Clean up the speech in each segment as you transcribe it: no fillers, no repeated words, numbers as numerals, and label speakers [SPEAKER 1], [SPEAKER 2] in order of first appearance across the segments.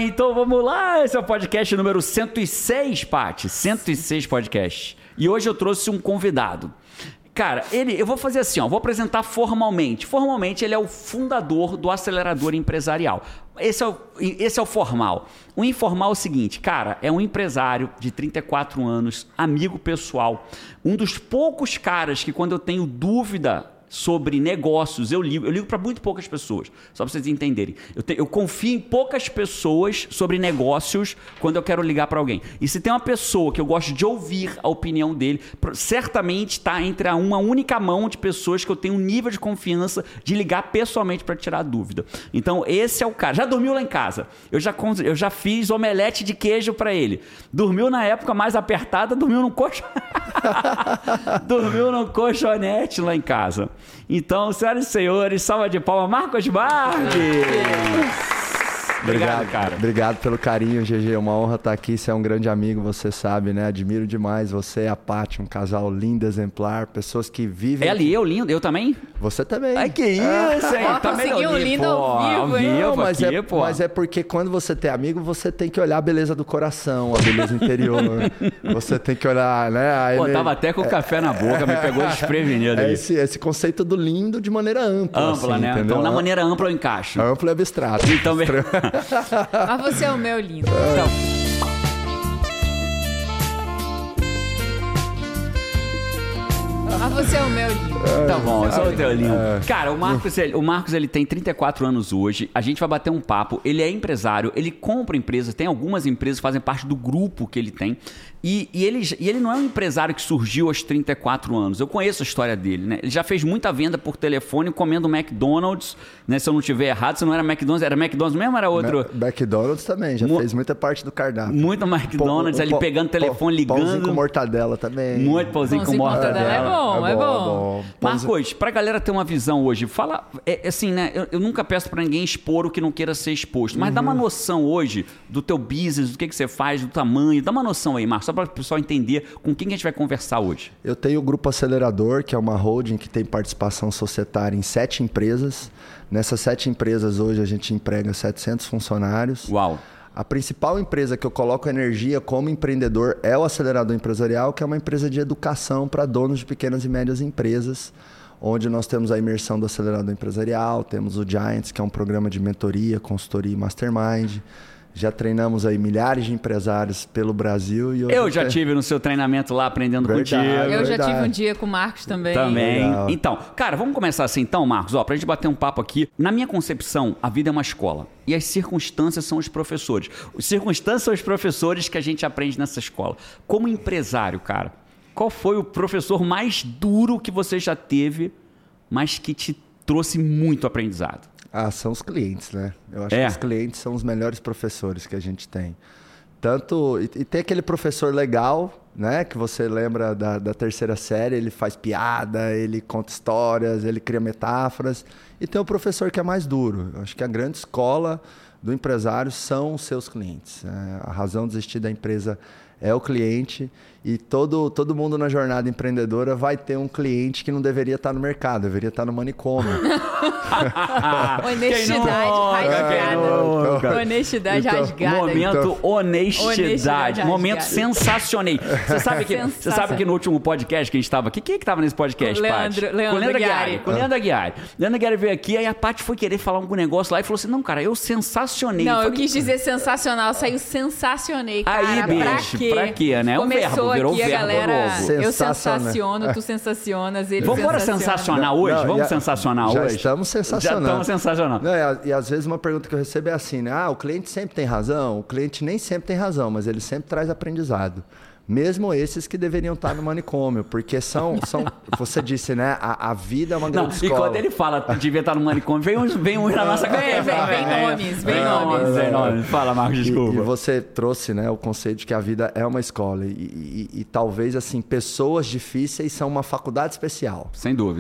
[SPEAKER 1] então vamos lá. Esse é o podcast número 106, Paty. 106 podcasts. E hoje eu trouxe um convidado. Cara, eu vou fazer assim, ó, vou apresentar formalmente. Formalmente, ele é o fundador do Acelerador Empresarial. Esse é o formal. O informal é o seguinte, cara, é um empresário de 34 anos, amigo pessoal. Um dos poucos caras que quando eu tenho dúvida sobre negócios, eu ligo para muito poucas pessoas, só para vocês entenderem. Eu confio em poucas pessoas sobre negócios quando eu quero ligar para alguém. E se tem uma pessoa que eu gosto de ouvir a opinião dele, certamente está entre uma única mão de pessoas que eu tenho um nível de confiança de ligar pessoalmente para tirar a dúvida. Então, esse é o cara. Já dormiu lá em casa. Eu já fiz omelete de queijo para ele. Dormiu na época mais apertada, dormiu num colchonete lá em casa. Então, senhoras e senhores, salva de palmas, Marcos Marques! Obrigado, cara.
[SPEAKER 2] Obrigado pelo carinho, GG. É uma honra estar aqui. Você é um grande amigo, você sabe, né? Admiro demais você e a Paty, um casal lindo, exemplar. Pessoas que vivem...
[SPEAKER 1] Ela e eu, lindo. Eu também?
[SPEAKER 2] Você também.
[SPEAKER 1] Ai, que isso, hein?
[SPEAKER 3] Tá conseguiu um lindo ao vivo, hein?
[SPEAKER 2] Não, mas é porque quando você tem amigo, você tem que olhar a beleza do coração, a beleza interior. Você tem que olhar, né?
[SPEAKER 1] Pô, tava até com o café na boca, me pegou desprevenido aí.
[SPEAKER 2] Esse conceito do lindo de maneira ampla.
[SPEAKER 1] Ampla,
[SPEAKER 2] assim,
[SPEAKER 1] né?
[SPEAKER 2] Entendeu?
[SPEAKER 1] Então, na maneira ampla eu encaixo.
[SPEAKER 2] Amplo e abstrato.
[SPEAKER 1] Então,
[SPEAKER 3] Mas você é o meu lindo.
[SPEAKER 1] Então,
[SPEAKER 3] Mas você é o meu lindo.
[SPEAKER 1] tá bom, eu sou o teu lindo. Cara, o Marcos ele tem 34 anos hoje. A gente vai bater um papo. Ele é empresário, ele compra empresas, tem algumas empresas que fazem parte do grupo que ele tem. E ele não é um empresário que surgiu aos 34 anos. Eu conheço a história dele, né? Ele já fez muita venda por telefone comendo McDonald's, né? Se eu não estiver errado, se não era McDonald's, era McDonald's mesmo ou era outro?
[SPEAKER 2] McDonald's também, já fez muita parte do cardápio.
[SPEAKER 1] Muito McDonald's, ali pegando telefone, ligando.
[SPEAKER 2] Pãozinho com mortadela também.
[SPEAKER 1] Muito pãozinho com mortadela.
[SPEAKER 3] É bom.
[SPEAKER 1] Marcos, pra galera ter uma visão hoje, fala, assim, né? Eu nunca peço pra ninguém expor o que não queira ser exposto, mas dá uma noção hoje do teu business, do que você faz, do tamanho, dá uma noção aí, Marcos, só para o pessoal entender com quem a gente vai conversar hoje.
[SPEAKER 2] Eu tenho o Grupo Acelerador, que é uma holding que tem participação societária em 7 empresas. Nessas 7 empresas hoje a gente emprega 700 funcionários.
[SPEAKER 1] Uau!
[SPEAKER 2] A principal empresa que eu coloco energia como empreendedor é o Acelerador Empresarial, que é uma empresa de educação para donos de pequenas e médias empresas, onde nós temos a imersão do Acelerador Empresarial, temos o Giants, que é um programa de mentoria, consultoria e mastermind. Já treinamos aí milhares de empresários pelo Brasil. E
[SPEAKER 1] eu já tive no seu treinamento lá aprendendo contigo.
[SPEAKER 3] Eu já tive um dia com o Marcos também.
[SPEAKER 1] Legal. Então, cara, vamos começar assim então, Marcos. Ó, pra gente bater um papo aqui. Na minha concepção, a vida é uma escola. E as circunstâncias são os professores. As circunstâncias são os professores que a gente aprende nessa escola. Como empresário, cara, qual foi o professor mais duro que você já teve, mas que te trouxe muito aprendizado?
[SPEAKER 2] São os clientes, né? Eu acho que os clientes são os melhores professores que a gente tem. E tem aquele professor legal, né? Que você lembra da terceira série, ele faz piada, ele conta histórias, ele cria metáforas. E tem o professor que é mais duro. Eu acho que a grande escola do empresário são os seus clientes. A razão de existir da empresa é o cliente. E todo mundo na jornada empreendedora vai ter um cliente que não deveria estar no mercado, deveria estar no manicômio.
[SPEAKER 3] Honestidade rasgada. Honestidade rasgada.
[SPEAKER 1] Momento honestidade. Momento sensacionei. Você sabe que no último podcast que a gente estava aqui, quem é que estava nesse podcast, Paty?
[SPEAKER 3] Leandro Aguiari.
[SPEAKER 1] Com o Leandro Aguiari. Leandro Aguiari veio aqui, aí a Paty foi querer falar algum negócio lá e falou assim, não, cara, eu sensacionei.
[SPEAKER 3] Não, eu quis dizer sensacional, saiu sensacionei, cara.
[SPEAKER 1] Aí, bicho, pra quê, né?
[SPEAKER 3] Começou
[SPEAKER 1] virou
[SPEAKER 3] aqui a galera,
[SPEAKER 1] novo.
[SPEAKER 3] Eu sensaciono, tu sensacionas, ele
[SPEAKER 1] Vamos embora sensacionar hoje? Vamos sensacionar hoje?
[SPEAKER 2] Já estamos sensacionando.
[SPEAKER 1] Já estamos sensacionando.
[SPEAKER 2] E às vezes uma pergunta que eu recebo é assim, né? O cliente sempre tem razão? O cliente nem sempre tem razão, mas ele sempre traz aprendizado. Mesmo esses que deveriam estar no manicômio, porque são você disse, né? A vida é uma grande escola.
[SPEAKER 1] E quando ele fala que devia estar no manicômio, vem um na nossa cabeça.
[SPEAKER 3] Vem nomes.
[SPEAKER 1] Fala, Marcos, desculpa.
[SPEAKER 2] E você trouxe, né, o conceito de que a vida é uma escola. E talvez, assim, pessoas difíceis são uma faculdade especial.
[SPEAKER 1] Sem dúvida.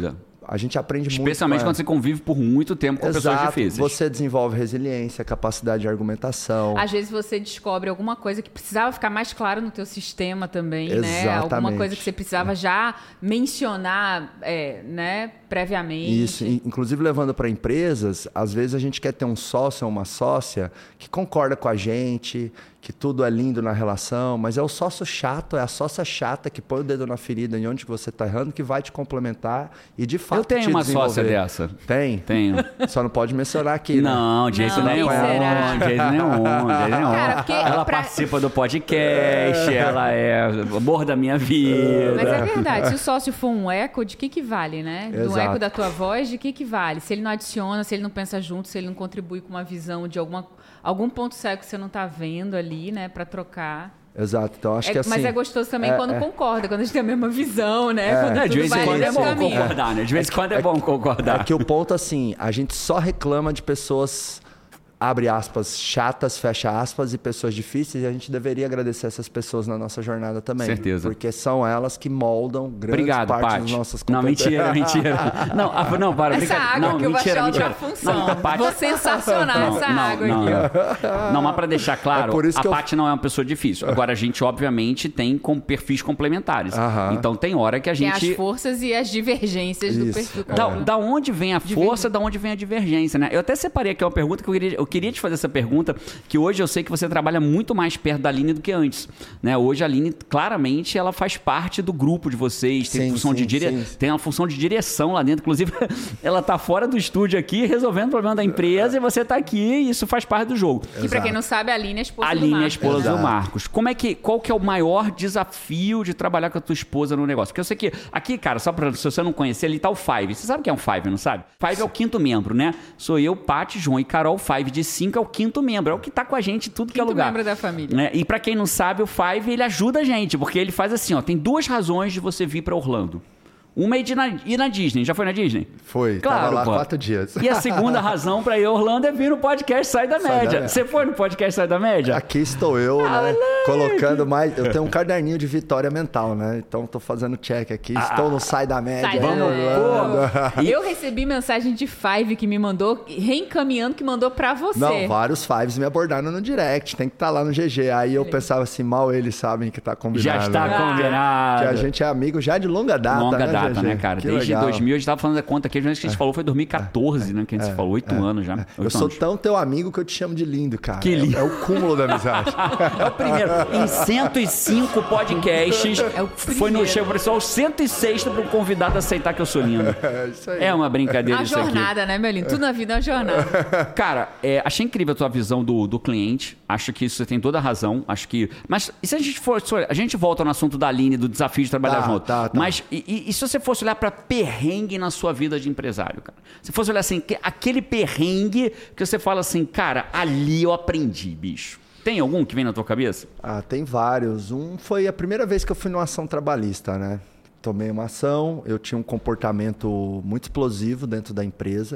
[SPEAKER 2] a gente aprende muito.
[SPEAKER 1] Especialmente quando você convive por muito tempo com pessoas difíceis.
[SPEAKER 2] Você desenvolve resiliência, capacidade de argumentação.
[SPEAKER 3] Às vezes você descobre alguma coisa que precisava ficar mais claro no teu sistema também,
[SPEAKER 2] Exatamente.
[SPEAKER 3] né? Alguma coisa que você precisava já mencionar, né, previamente.
[SPEAKER 2] Isso, inclusive levando para empresas, às vezes a gente quer ter um sócio ou uma sócia que concorda com a gente, que tudo é lindo na relação, mas é o sócio chato, é a sócia chata que põe o dedo na ferida em onde você está errando, que vai te complementar e de fato
[SPEAKER 1] Eu tenho
[SPEAKER 2] te
[SPEAKER 1] uma
[SPEAKER 2] desenvolver.
[SPEAKER 1] sócia dessa.
[SPEAKER 2] Tem?
[SPEAKER 1] Tenho.
[SPEAKER 2] Só não pode mencionar aqui, né?
[SPEAKER 1] Não, de jeito
[SPEAKER 3] Não,
[SPEAKER 1] nenhum.
[SPEAKER 3] será?
[SPEAKER 1] De jeito nenhum.
[SPEAKER 3] Cara, porque
[SPEAKER 1] ela participa do podcast, ela é o amor da minha vida.
[SPEAKER 3] Mas é verdade, se o sócio for um eco, de que vale, né? Do
[SPEAKER 2] Exato.
[SPEAKER 3] eco da tua voz, de que vale? Se ele não adiciona, se ele não pensa junto, se ele não contribui com uma visão de algum ponto cego que você não tá vendo ali, né, para trocar.
[SPEAKER 2] Exato, então acho que assim...
[SPEAKER 3] Mas é gostoso também quando concorda, quando a gente tem a mesma visão, né? Quando
[SPEAKER 1] De vez em quando é bom
[SPEAKER 3] caminho.
[SPEAKER 1] concordar, né? De vez em quando é bom concordar.
[SPEAKER 2] É que o ponto, assim, a gente só reclama de pessoas, abre aspas, chatas, fecha aspas, e pessoas difíceis, e a gente deveria agradecer essas pessoas na nossa jornada também.
[SPEAKER 1] Certeza.
[SPEAKER 2] Porque são elas que moldam grande parte
[SPEAKER 1] Paty.
[SPEAKER 2] das nossas
[SPEAKER 1] Não, mentira. Não, para.
[SPEAKER 3] Essa água
[SPEAKER 1] não,
[SPEAKER 3] que eu vou
[SPEAKER 1] mentira,
[SPEAKER 3] achar
[SPEAKER 1] mentira.
[SPEAKER 3] outra função.
[SPEAKER 1] Não, Paty-
[SPEAKER 3] Vou sensacionar essa água aqui, ó.
[SPEAKER 1] Não, mas para deixar claro,
[SPEAKER 2] É por isso
[SPEAKER 1] a
[SPEAKER 2] que
[SPEAKER 1] Paty não é uma pessoa difícil. Agora, a gente, obviamente, tem com perfis complementares.
[SPEAKER 2] Aham.
[SPEAKER 1] Então, tem hora que a
[SPEAKER 3] Tem
[SPEAKER 1] gente...
[SPEAKER 3] as forças e as divergências do
[SPEAKER 2] Isso.
[SPEAKER 3] perfil.
[SPEAKER 1] Da onde vem a força, da onde vem a divergência, né? Eu até separei aqui uma pergunta que eu queria te fazer essa pergunta, que hoje eu sei que você trabalha muito mais perto da Aline do que antes, né? Hoje a Aline, claramente, ela faz parte do grupo de vocês, tem função tem uma função de direção lá dentro, inclusive ela tá fora do estúdio aqui, resolvendo o problema da empresa, e você tá aqui, e isso faz parte do jogo.
[SPEAKER 3] E pra quem não sabe, a Aline é a esposa
[SPEAKER 1] A
[SPEAKER 3] do
[SPEAKER 1] Aline é a
[SPEAKER 3] Marcos.
[SPEAKER 1] esposa do
[SPEAKER 2] Exato.
[SPEAKER 1] Marcos. Qual que é o maior desafio de trabalhar com a tua esposa no negócio? Porque eu sei que aqui, cara, se você não conhecer, ali tá o Five. Você sabe o que é um Five, não sabe? Five é o 5º membro, né? Sou eu, Paty, João e Carol. Five de 5 é o 5º membro. É o que tá com a gente em tudo que é lugar.
[SPEAKER 3] membro da família.
[SPEAKER 1] Né? E pra quem não sabe, o Five, ele ajuda a gente, porque ele faz assim, ó, tem 2 razões de você vir pra Orlando. Uma é ir na Disney. Já foi na Disney?
[SPEAKER 2] Foi,
[SPEAKER 1] Claro,
[SPEAKER 2] tava lá
[SPEAKER 1] pô.
[SPEAKER 2] 4 dias.
[SPEAKER 1] E a segunda razão pra ir a Orlando é vir no podcast Sai da Média. Você foi no podcast Sai da Média?
[SPEAKER 2] Aqui estou eu, né? Colocando mais... Eu tenho um caderninho de vitória mental, né? Então tô fazendo check aqui. Estou no Sai da Média.
[SPEAKER 3] Sai da
[SPEAKER 2] Vamos
[SPEAKER 3] Média.
[SPEAKER 2] Orlando.
[SPEAKER 3] Eu recebi mensagem de Five que me mandou, reencaminhando que mandou pra você.
[SPEAKER 2] Não, vários Fives me abordaram no direct. Tem que estar lá no GG. Aí eu pensava assim, mal eles sabem que tá combinado.
[SPEAKER 1] Já está
[SPEAKER 2] né?
[SPEAKER 1] combinado.
[SPEAKER 2] Que a gente é amigo já de longa data,
[SPEAKER 1] Longa
[SPEAKER 2] né,
[SPEAKER 1] data,
[SPEAKER 2] GG?
[SPEAKER 1] né, cara?
[SPEAKER 2] Que
[SPEAKER 1] Desde
[SPEAKER 2] legal.
[SPEAKER 1] 2000, a gente tava falando da conta aqui, a vez que a gente falou foi 2014, né? Que a gente se falou, 8 anos já.
[SPEAKER 2] Eu
[SPEAKER 1] 8
[SPEAKER 2] sou
[SPEAKER 1] anos.
[SPEAKER 2] tão teu amigo que eu te chamo de lindo, cara.
[SPEAKER 1] Que lindo.
[SPEAKER 2] É o cúmulo da amizade.
[SPEAKER 1] É o primeiro. Em 105 podcasts,
[SPEAKER 3] É o
[SPEAKER 1] foi no
[SPEAKER 3] primeiro.
[SPEAKER 1] chego pessoal 106 para o convidado aceitar que eu sou lindo.
[SPEAKER 2] É isso aí.
[SPEAKER 1] É uma
[SPEAKER 3] É
[SPEAKER 1] brincadeira
[SPEAKER 3] uma
[SPEAKER 1] isso aqui.
[SPEAKER 3] jornada, né, Melinho? Tudo na vida é uma jornada.
[SPEAKER 1] Cara, achei incrível a tua visão do cliente. Acho que isso você tem toda a razão. Acho que. Mas e se a gente for. A gente volta no assunto da Aline, do desafio de trabalhar
[SPEAKER 2] Tá,
[SPEAKER 1] junto.
[SPEAKER 2] tá.
[SPEAKER 1] Mas e se você fosse olhar para perrengue na sua vida de empresário, cara? Se fosse olhar assim, aquele perrengue que você fala assim, cara, ali eu aprendi, bicho. Tem algum que vem na tua cabeça?
[SPEAKER 2] Ah, tem vários. Um foi a primeira vez que eu fui numa ação trabalhista, né? Tomei uma ação, eu tinha um comportamento muito explosivo dentro da empresa.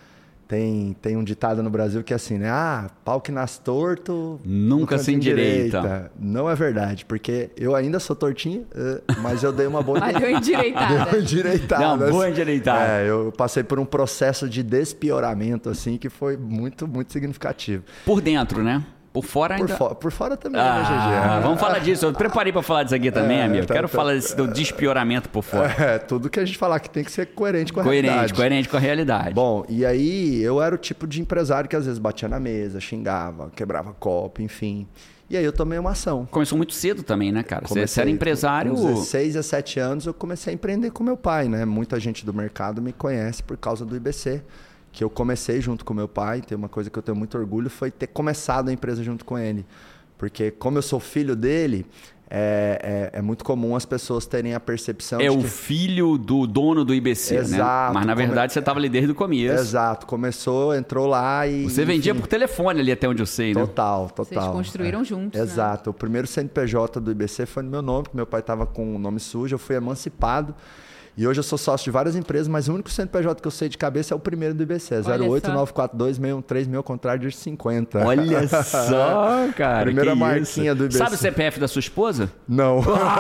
[SPEAKER 2] Tem um ditado no Brasil que é assim, né? Ah, pau que nasce torto...
[SPEAKER 1] Nunca se endireita.
[SPEAKER 2] Não é verdade, porque eu ainda sou tortinho, mas eu dei uma boa...
[SPEAKER 3] Valeu endireitada.
[SPEAKER 2] Deu endireitada.
[SPEAKER 1] Não, boa endireitada.
[SPEAKER 2] Eu passei por um processo de despioramento, assim, que foi muito, muito significativo.
[SPEAKER 1] Por dentro, né? Por fora ainda...
[SPEAKER 2] Por fora também, né, GG?
[SPEAKER 1] Vamos falar disso. Eu preparei para falar disso aqui também, amigo. Quero falar do despioramento por fora.
[SPEAKER 2] Tudo que a gente falar que tem que ser coerente com a realidade.
[SPEAKER 1] Coerente com a realidade.
[SPEAKER 2] Bom, e aí eu era o tipo de empresário que às vezes batia na mesa, xingava, quebrava copo, enfim. E aí eu tomei uma ação.
[SPEAKER 1] Começou muito cedo também, né, cara? Você era empresário...
[SPEAKER 2] Com 16 a 7 anos eu comecei a empreender com meu pai, né? Muita gente do mercado me conhece por causa do IBC. Que eu comecei junto com meu pai, tem uma coisa que eu tenho muito orgulho, foi ter começado a empresa junto com ele. Porque como eu sou filho dele, é muito comum as pessoas terem a percepção de
[SPEAKER 1] o
[SPEAKER 2] que...
[SPEAKER 1] filho do dono do IBC,
[SPEAKER 2] Exato,
[SPEAKER 1] né? Mas na verdade você estava ali desde o começo.
[SPEAKER 2] Exato, começou, entrou lá e...
[SPEAKER 1] Você vendia por telefone ali até onde eu sei, né?
[SPEAKER 2] Total.
[SPEAKER 3] Vocês construíram juntos, né?
[SPEAKER 2] Exato. O primeiro CNPJ do IBC foi no meu nome, porque meu pai estava com o nome sujo, eu fui emancipado. E hoje eu sou sócio de várias empresas, mas o único CNPJ que eu sei de cabeça é o primeiro do IBC. 08942-613, meu contrário de 50.
[SPEAKER 1] Olha só, cara.
[SPEAKER 2] Primeira marquinha do IBC.
[SPEAKER 1] Sabe o CPF da sua esposa?
[SPEAKER 2] Não.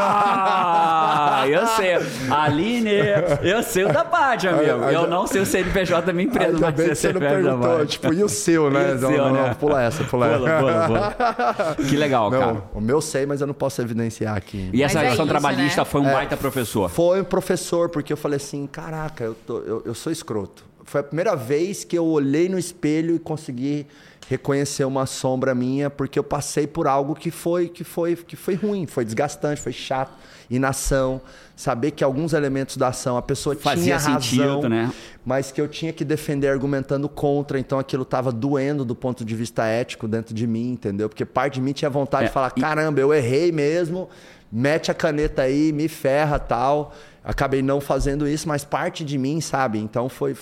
[SPEAKER 1] Eu sei. Aline, eu sei o da Paty, amigo. Eu não sei o CNPJ da minha empresa,
[SPEAKER 2] mas você não perguntou. Tipo, e o seu, né?
[SPEAKER 1] E o seu, né?
[SPEAKER 2] Pula essa.
[SPEAKER 1] Pula. Que legal, cara.
[SPEAKER 2] O meu sei, mas eu não posso evidenciar aqui.
[SPEAKER 1] E essa ação trabalhista, né? Foi um baita professor.
[SPEAKER 2] Foi um professor, porque eu falei assim, caraca, eu sou escroto. Foi a primeira vez que eu olhei no espelho e consegui reconhecer uma sombra minha, porque eu passei por algo que foi ruim, foi desgastante, foi chato, inação, saber que alguns elementos da ação a pessoa tinha razão,
[SPEAKER 1] sentido, né?
[SPEAKER 2] Mas que eu tinha que defender argumentando contra, então aquilo estava doendo do ponto de vista ético dentro de mim, entendeu? Porque parte de mim tinha vontade de falar, caramba, eu errei mesmo, mete a caneta aí, me ferra, tal. Acabei não fazendo isso, mas parte de mim, sabe? Então foi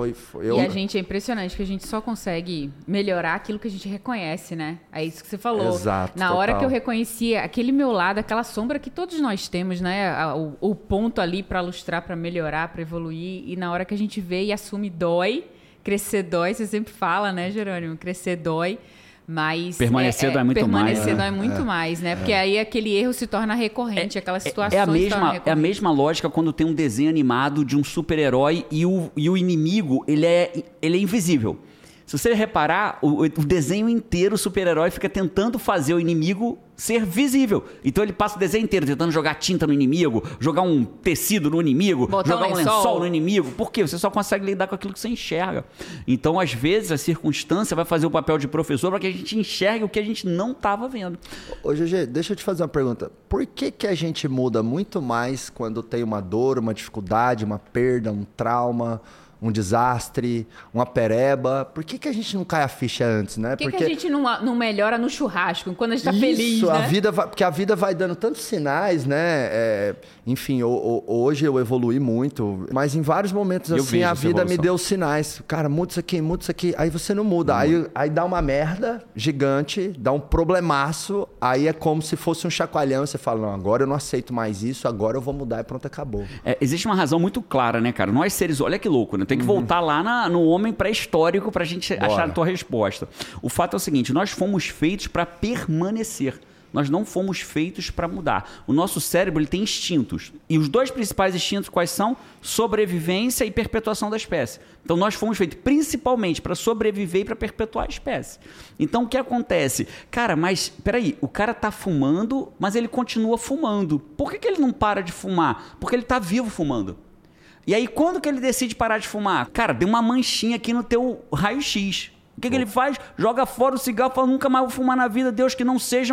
[SPEAKER 3] E a gente é impressionante que a gente só consegue melhorar aquilo que a gente reconhece, né? É isso que você falou.
[SPEAKER 2] Exato.
[SPEAKER 3] Na hora que eu reconheci aquele meu lado, aquela sombra que todos nós temos, né? O ponto ali para ilustrar, para melhorar, para evoluir. E na hora que a gente vê e assume, dói. Crescer dói, você sempre fala, né, Jerônimo? Crescer dói. Mas
[SPEAKER 1] permanecer dói muito mais.
[SPEAKER 3] Permanecer dói muito mais, né? Porque aí aquele erro se torna recorrente, aquelas situações
[SPEAKER 1] é a mesma lógica quando tem um desenho animado de um super-herói e o inimigo, ele é invisível. Se você reparar, o desenho inteiro, o super-herói fica tentando fazer o inimigo ser visível. Então ele passa o desenho inteiro tentando jogar tinta no inimigo, jogar um tecido no inimigo, jogar um lençol no inimigo. Por quê? Você só consegue lidar com aquilo que você enxerga. Então, às vezes, a circunstância vai fazer o papel de professor para que a gente enxergue o que a gente não estava vendo.
[SPEAKER 2] Ô, GG, deixa eu te fazer uma pergunta. Por que a gente muda muito mais quando tem uma dor, uma dificuldade, uma perda, um trauma, um desastre, uma pereba? Por que a gente não cai a ficha antes, né?
[SPEAKER 3] Por que a gente não melhora no churrasco, quando a gente tá feliz, né?
[SPEAKER 2] Porque a vida vai dando tantos sinais, né? Enfim, hoje eu evolui muito, mas em vários momentos assim a vida me deu sinais. Cara, muda isso aqui. Aí você não muda. Aí dá uma merda gigante, dá um problemaço, aí é como se fosse um chacoalhão. Você fala, não, agora eu não aceito mais isso, agora eu vou mudar e pronto, acabou.
[SPEAKER 1] Existe uma razão muito clara, né, cara? Nós seres, olha que louco, né? Tem que voltar lá no homem pré-histórico pra gente achar a tua resposta. O fato é o seguinte, nós fomos feitos para permanecer. Nós não fomos feitos para mudar. O nosso cérebro ele tem instintos. E os dois principais instintos quais são? Sobrevivência e perpetuação da espécie. Então nós fomos feitos principalmente para sobreviver e para perpetuar a espécie. Então o que acontece? Cara, mas peraí, o cara tá fumando, mas ele continua fumando. Por que ele não para de fumar? Porque ele tá vivo fumando. E aí, quando que ele decide parar de fumar? Cara, deu uma manchinha aqui no teu raio-x. O que ele faz? Joga fora o cigarro, fala, nunca mais vou fumar na vida. Deus, que não seja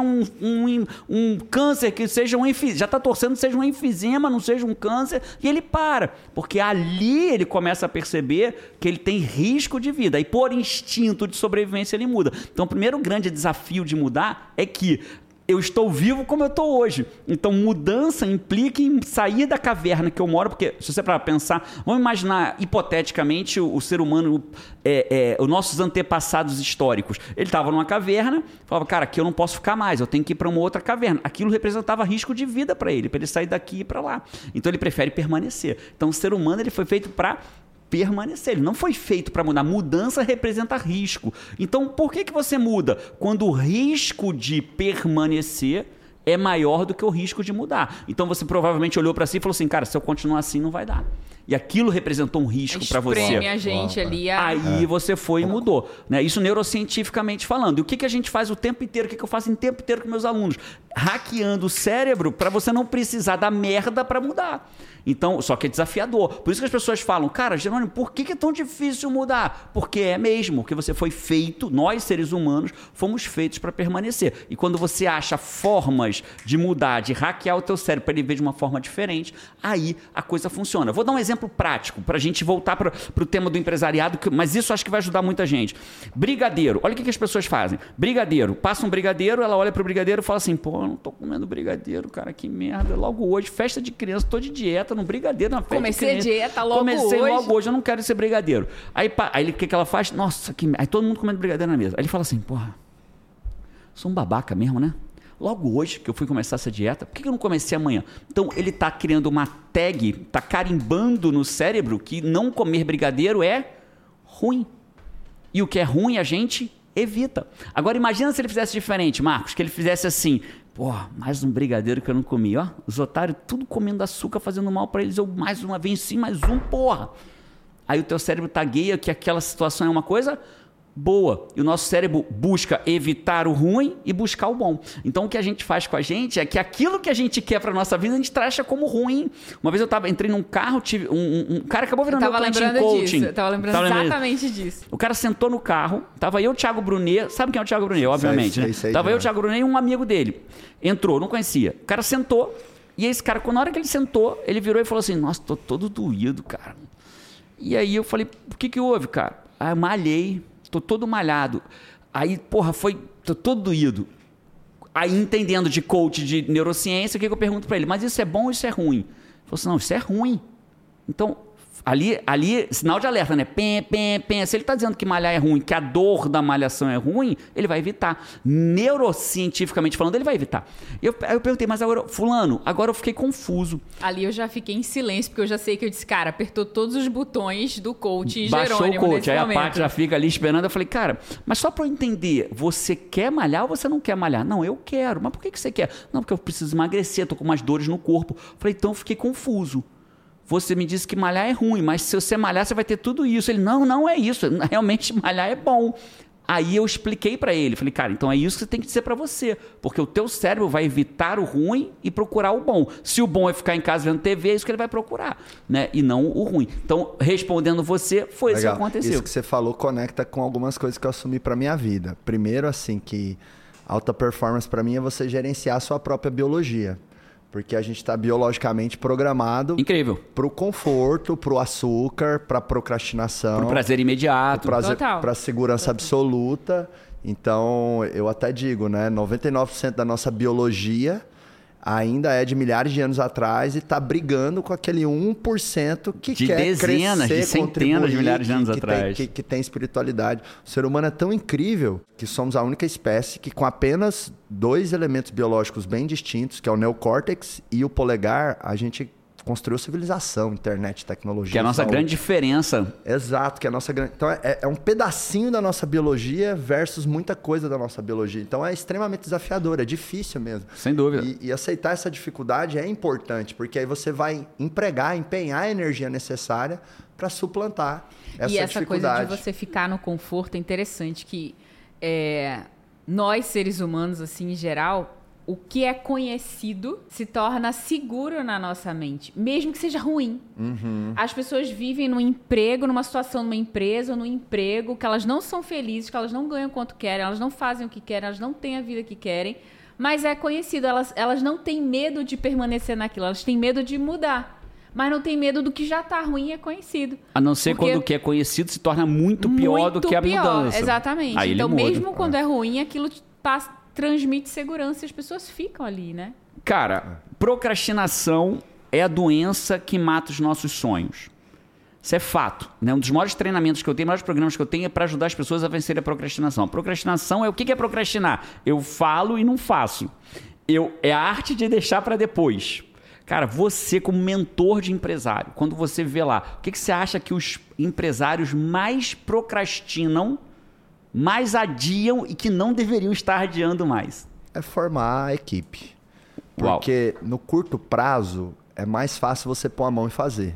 [SPEAKER 1] um câncer, que seja um enfisema. Já está torcendo que seja um enfisema, não seja um câncer. E ele para. Porque ali ele começa a perceber que ele tem risco de vida. E por instinto de sobrevivência ele muda. Então, o primeiro grande desafio de mudar é que eu estou vivo como eu estou hoje. Então, mudança implica em sair da caverna que eu moro, porque, se você para pensar, vamos imaginar, hipoteticamente, o ser humano, os nossos antepassados históricos. Ele estava numa caverna, falava, cara, aqui eu não posso ficar mais, eu tenho que ir para uma outra caverna. Aquilo representava risco de vida para ele sair daqui e para lá. Então, ele prefere permanecer. Então, o ser humano ele foi feito para permanecer. Ele não foi feito para mudar. Mudança representa risco. Então, por que você muda? Quando o risco de permanecer é maior do que o risco de mudar. Então, você provavelmente olhou para si e falou assim, cara, se eu continuar assim, não vai dar. E aquilo representou um risco para você.
[SPEAKER 3] Espreme a gente ali.
[SPEAKER 1] Aí você foi e mudou. Né? Isso neurocientificamente falando. E o que a gente faz o tempo inteiro? O que eu faço o tempo inteiro com meus alunos? Hackeando o cérebro para você não precisar da merda para mudar. Então, só que é desafiador. Por isso que as pessoas falam, cara, Jerônimo, por que é tão difícil mudar? Porque é mesmo, porque você foi feito, nós seres humanos, fomos feitos para permanecer. E quando você acha formas de mudar, de hackear o teu cérebro para ele ver de uma forma diferente, aí a coisa funciona. Vou dar um exemplo prático para a gente voltar para o tema do empresariado, mas isso acho que vai ajudar muita gente. Brigadeiro. Olha o que as pessoas fazem. Brigadeiro. Passa um brigadeiro, ela olha para o brigadeiro e fala assim, pô, eu não tô comendo brigadeiro, cara, que merda. Logo hoje, festa de criança, tô de dieta, no brigadeiro, na festa
[SPEAKER 3] Comecei
[SPEAKER 1] de criança.
[SPEAKER 3] Dieta logo hoje.
[SPEAKER 1] Comecei logo hoje, eu não quero ser brigadeiro. Aí o que ela faz? Nossa, aí todo mundo comendo brigadeiro na mesa. Aí ele fala assim, porra, sou um babaca mesmo, né? logo hoje que eu fui começar essa dieta, por que eu não comecei amanhã? Então, ele está criando uma tag, está carimbando no cérebro que não comer brigadeiro é ruim. E o que é ruim a gente evita. Agora, imagina se ele fizesse diferente, Marcos, que ele fizesse assim, pô, mais um brigadeiro que eu não comi, ó. Os otários tudo comendo açúcar, fazendo mal para eles, eu mais uma vez sim, mais um, porra. Aí o teu cérebro tagueia que aquela situação é uma coisa boa. E o nosso cérebro busca evitar o ruim e buscar o bom. Então, o que a gente faz com a gente é que aquilo que a gente quer para nossa vida, a gente trata como ruim. Uma vez entrei num carro, tive um cara acabou virando meu cliente em coaching.
[SPEAKER 3] Eu tava lembrando exatamente disso.
[SPEAKER 1] O cara sentou no carro, tava eu, o Thiago Brunet, sabe quem é o Thiago Brunet, obviamente, né? Tava eu, o Thiago Brunet e um amigo dele. Entrou, não conhecia. O cara sentou, e esse cara, na hora que ele sentou, ele virou e falou assim, nossa, tô todo doído, cara. E aí eu falei, o que houve, cara? Ah, eu malhei. Tô todo malhado. Aí, porra, tô todo doído. Aí, entendendo de coach de neurociência, o que eu pergunto pra ele? Mas isso é bom ou isso é ruim? Ele falou assim, não, isso é ruim. Então, ali sinal de alerta, né? Pem. Se ele tá dizendo que malhar é ruim, que a dor da malhação é ruim, ele vai evitar. Neurocientificamente falando, ele vai evitar. Eu perguntei, mas agora, fulano, agora eu fiquei confuso.
[SPEAKER 3] Ali eu já fiquei em silêncio, porque eu já sei que eu disse, cara, apertou todos os botões do coach
[SPEAKER 1] Baixou
[SPEAKER 3] Jerônimo
[SPEAKER 1] o coach, aí
[SPEAKER 3] momento.
[SPEAKER 1] A Paty já fica ali esperando. Eu falei, cara, mas só pra eu entender, você quer malhar ou você não quer malhar? Não, eu quero. Mas por que você quer? Não, porque eu preciso emagrecer, tô com umas dores no corpo. Eu falei, então eu fiquei confuso. Você me disse que malhar é ruim, mas se você malhar, você vai ter tudo isso. Ele, não é isso. Realmente, malhar é bom. Aí eu expliquei pra ele. Falei, cara, então é isso que você tem que dizer pra você. Porque o teu cérebro vai evitar o ruim e procurar o bom. Se o bom é ficar em casa vendo TV, é isso que ele vai procurar, né? E não o ruim. Então, respondendo você, foi isso que aconteceu.
[SPEAKER 2] Isso que você falou conecta com algumas coisas que eu assumi pra minha vida. Primeiro, assim, que alta performance pra mim é você gerenciar a sua própria biologia. Porque a gente está biologicamente programado para o conforto, para o açúcar, para a procrastinação.
[SPEAKER 1] Para o prazer imediato.
[SPEAKER 2] Para a segurança absoluta. Então, eu até digo, né? 99% da nossa biologia ainda é de milhares de anos atrás e está brigando com aquele 1% que
[SPEAKER 1] de
[SPEAKER 2] quer
[SPEAKER 1] dezenas,
[SPEAKER 2] crescer,
[SPEAKER 1] de centenas de milhares de anos atrás.
[SPEAKER 2] Que tem espiritualidade. O ser humano é tão incrível que somos a única espécie que com apenas 2 elementos biológicos bem distintos, que é o neocórtex e o polegar, a gente construiu civilização, internet, tecnologia.
[SPEAKER 1] Que é a nossa grande diferença.
[SPEAKER 2] Exato, que é a nossa grande... Então, é um pedacinho da nossa biologia versus muita coisa da nossa biologia. Então, é extremamente desafiador, é difícil mesmo.
[SPEAKER 1] Sem dúvida.
[SPEAKER 2] E aceitar essa dificuldade é importante, porque aí você vai empenhar a energia necessária para suplantar essa dificuldade.
[SPEAKER 3] E essa coisa de você ficar no conforto é interessante, que nós, seres humanos, assim, em geral... O que é conhecido se torna seguro na nossa mente, mesmo que seja ruim.
[SPEAKER 2] Uhum.
[SPEAKER 3] As pessoas vivem num emprego, numa situação numa empresa ou num emprego que elas não são felizes, que elas não ganham quanto querem, elas não fazem o que querem, elas não têm a vida que querem, mas é conhecido, elas não têm medo de permanecer naquilo, elas têm medo de mudar. Mas não tem medo do que já está ruim e é conhecido.
[SPEAKER 1] A não ser quando o que é conhecido se torna muito pior do que a mudança.
[SPEAKER 3] Exatamente.
[SPEAKER 1] Aí
[SPEAKER 3] então,
[SPEAKER 1] ele muda.
[SPEAKER 3] mesmo quando é ruim, aquilo transmite segurança e as pessoas ficam ali, né?
[SPEAKER 1] Cara, procrastinação é a doença que mata os nossos sonhos. Isso é fato, né? Um dos maiores treinamentos que eu tenho, maiores programas que eu tenho é para ajudar as pessoas a vencerem a procrastinação. A procrastinação é o que é procrastinar? Eu falo e não faço. É a arte de deixar para depois. Cara, você como mentor de empresário, quando você vê lá, o que você acha que os empresários mais procrastinam, mais adiam e que não deveriam estar adiando mais?
[SPEAKER 2] É formar a equipe. Porque no curto prazo é mais fácil você pôr a mão e fazer.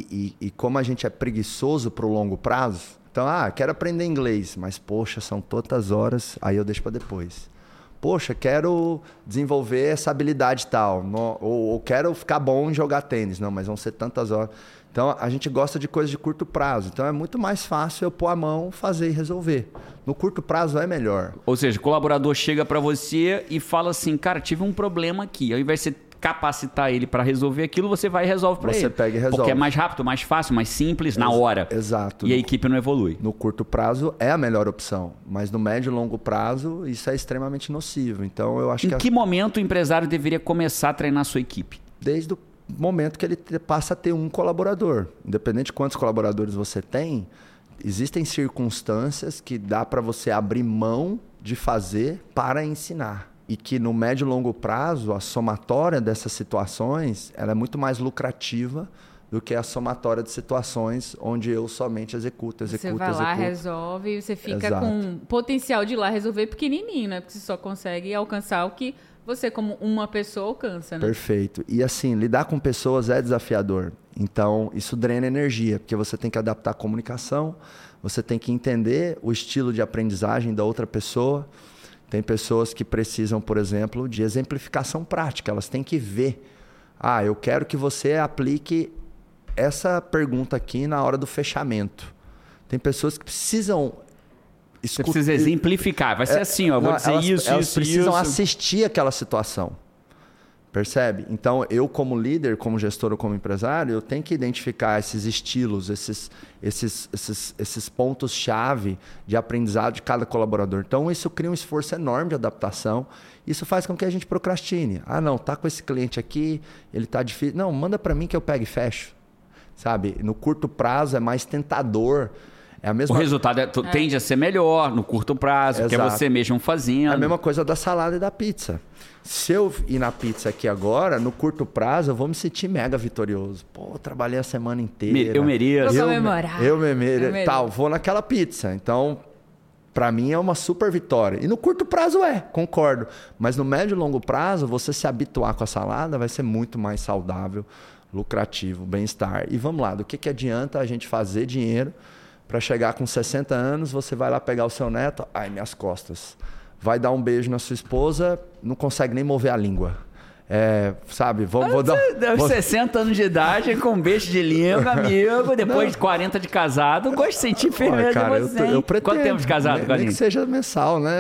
[SPEAKER 2] E como a gente é preguiçoso pro longo prazo, então, quero aprender inglês, mas poxa, são tantas horas, aí eu deixo para depois. Poxa, quero desenvolver essa habilidade tal, ou quero ficar bom em jogar tênis, não, mas vão ser tantas horas. Então, a gente gosta de coisas de curto prazo. Então, é muito mais fácil eu pôr a mão, fazer e resolver. No curto prazo é melhor.
[SPEAKER 1] Ou seja, o colaborador chega para você e fala assim, cara, tive um problema aqui. Ao invés de você capacitar ele para resolver aquilo, você vai e resolve para ele.
[SPEAKER 2] Você pega e resolve.
[SPEAKER 1] Porque é mais rápido, mais fácil, mais simples, na hora.
[SPEAKER 2] Exato.
[SPEAKER 1] E a equipe não evolui.
[SPEAKER 2] No curto prazo é a melhor opção. Mas no médio e longo prazo, isso é extremamente nocivo. Então, eu acho
[SPEAKER 1] que... Em que momento o empresário deveria começar a treinar a sua equipe?
[SPEAKER 2] Desde o momento que ele passa a ter um colaborador. Independente de quantos colaboradores você tem, existem circunstâncias que dá para você abrir mão de fazer para ensinar. e que no médio e longo prazo, a somatória dessas situações ela é muito mais lucrativa do que a somatória de situações onde eu somente executo.
[SPEAKER 3] Você vai lá, resolve, e você fica com potencial de ir lá resolver pequenininho, né? Porque você só consegue alcançar o que você, como uma pessoa, alcança, né?
[SPEAKER 2] Perfeito. E assim, lidar com pessoas é desafiador. Então, isso drena energia, porque você tem que adaptar a comunicação, você tem que entender o estilo de aprendizagem da outra pessoa. Tem pessoas que precisam, por exemplo, de exemplificação prática. Elas têm que ver. Eu quero que você aplique essa pergunta aqui na hora do fechamento. Tem pessoas que precisam
[SPEAKER 1] Você precisa exemplificar. Vai ser assim, ó. Vou dizer
[SPEAKER 2] elas precisam assistir aquela situação. Percebe? Então, eu como líder, como gestor ou como empresário, eu tenho que identificar esses estilos, esses pontos-chave de aprendizado de cada colaborador. Então, isso cria um esforço enorme de adaptação. Isso faz com que a gente procrastine. Não, tá com esse cliente aqui, ele tá difícil. Não, manda para mim que eu pego e fecho. Sabe? No curto prazo é mais tentador.
[SPEAKER 1] O resultado tende a ser melhor no curto prazo, porque é você mesmo fazendo.
[SPEAKER 2] É a mesma coisa da salada e da pizza. Se eu ir na pizza aqui agora, no curto prazo, eu vou me sentir mega vitorioso. Pô, trabalhei a semana inteira.
[SPEAKER 1] Eu mereço.
[SPEAKER 3] Vou comemorar.
[SPEAKER 2] Eu mereço. Tal, vou naquela pizza. Então, para mim é uma super vitória. E no curto prazo concordo. Mas no médio e longo prazo, você se habituar com a salada vai ser muito mais saudável, lucrativo, bem-estar. E vamos lá, do que adianta a gente fazer dinheiro para chegar com 60 anos, você vai lá pegar o seu neto, minhas costas. Vai dar um beijo na sua esposa, não consegue nem mover a língua. Sabe, vou dar...
[SPEAKER 1] 60 anos de idade, com um beijo de língua, amigo, depois de 40 de casado, gosto de sentir firmeza de você.
[SPEAKER 2] Eu pretendo.
[SPEAKER 1] Quanto tempo de casado,
[SPEAKER 2] nem que seja mensal, né?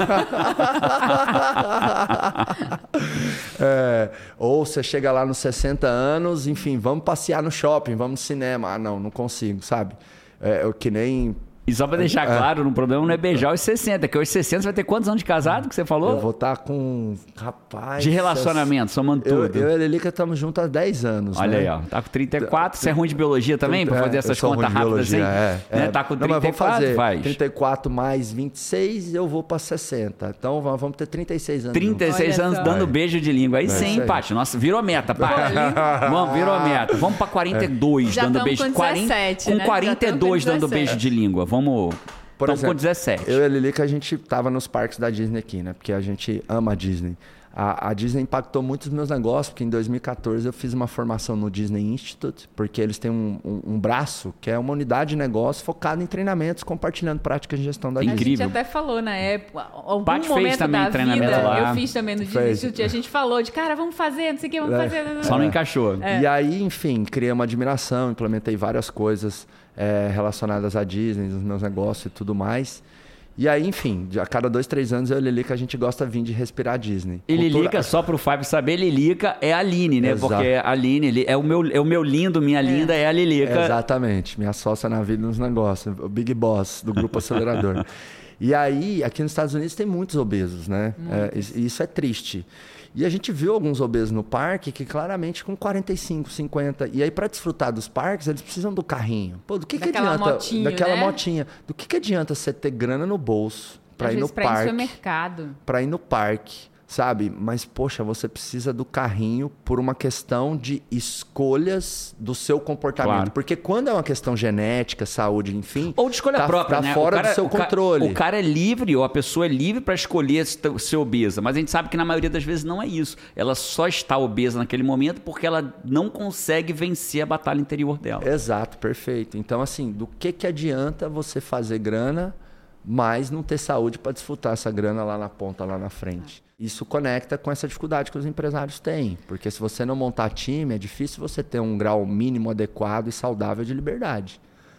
[SPEAKER 2] Ou você chega lá nos 60 anos, enfim, vamos passear no shopping, vamos no cinema. Não consigo, sabe? Que nem...
[SPEAKER 1] E só pra deixar claro, o problema não é beijar os 60, que aos 60 você vai ter quantos anos de casado que você falou?
[SPEAKER 2] Eu vou estar com... Rapaz...
[SPEAKER 1] De relacionamento, somando tudo.
[SPEAKER 2] Eu e a Lelica estamos juntos há 10 anos.
[SPEAKER 1] Olha aí, ó. Tá com 34. Você é ruim de biologia também? Pra fazer essas contas rápidas assim? Né? Tá com 34, faz.
[SPEAKER 2] 34 mais 26, eu vou pra 60. Então vamos ter 36 anos.
[SPEAKER 1] 36 anos dando beijo de língua. Aí sim, Paty. Nossa, virou a meta, Paty. Virou a meta. Vamos pra 42 dando beijo.
[SPEAKER 3] Com 17,
[SPEAKER 1] com 42 dando beijo de língua. Vamos...
[SPEAKER 2] Por exemplo,
[SPEAKER 1] com 17.
[SPEAKER 2] Eu e a Lilica, a gente tava nos parques da Disney aqui, né? Porque a gente ama a Disney. A Disney impactou muito os meus negócios, porque em 2014 eu fiz uma formação no Disney Institute, porque eles têm um braço que é uma unidade de negócio focada em treinamentos, compartilhando práticas de gestão da Disney.
[SPEAKER 3] A gente até falou na época, algum
[SPEAKER 1] Paty
[SPEAKER 3] momento
[SPEAKER 1] fez também
[SPEAKER 3] da
[SPEAKER 1] treinamento
[SPEAKER 3] vida,
[SPEAKER 1] lá.
[SPEAKER 3] eu fiz também no Disney Institute, a gente falou de, cara, vamos fazer, não sei o que, vamos fazer.
[SPEAKER 1] Só não encaixou.
[SPEAKER 2] E aí, enfim, criei uma admiração, implementei várias coisas relacionadas à Disney, nos meus negócios e tudo mais. E aí, enfim, a cada 2, 3 anos eu e a Lilica, a gente gosta de vir de respirar Disney.
[SPEAKER 1] E Lilica, só pro Fábio saber, Lilica é a Aline, né? Exato. Porque a Aline é o meu lindo, minha linda é a Lilica.
[SPEAKER 2] Exatamente, minha sócia na vida e nos negócios, o Big Boss do Grupo Acelerador. E aí, aqui nos Estados Unidos tem muitos obesos, né? E isso é triste. E a gente viu alguns obesos no parque que claramente com 45, 50... E aí, para desfrutar dos parques, eles precisam do carrinho. Pô, do que adianta... Daquela motinha. Do que adianta você ter grana no bolso para ir no parque?
[SPEAKER 3] Para ir no supermercado.
[SPEAKER 2] Para ir no parque, sabe? Mas, poxa, você precisa do carrinho por uma questão de escolhas do seu comportamento. Claro. Porque quando é uma questão genética, saúde, enfim...
[SPEAKER 1] Ou de escolha própria, né?
[SPEAKER 2] Tá fora do seu controle.
[SPEAKER 1] O cara é livre, ou a pessoa é livre para escolher ser obesa. Mas a gente sabe que na maioria das vezes não é isso. Ela só está obesa naquele momento porque ela não consegue vencer a batalha interior dela.
[SPEAKER 2] Exato, perfeito. Então, assim, do que adianta você fazer grana, mas não ter saúde para desfrutar essa grana lá na ponta, lá na frente? Isso conecta com essa dificuldade que os empresários têm. Porque se você não montar time, é difícil você ter um grau mínimo adequado e saudável de liberdade.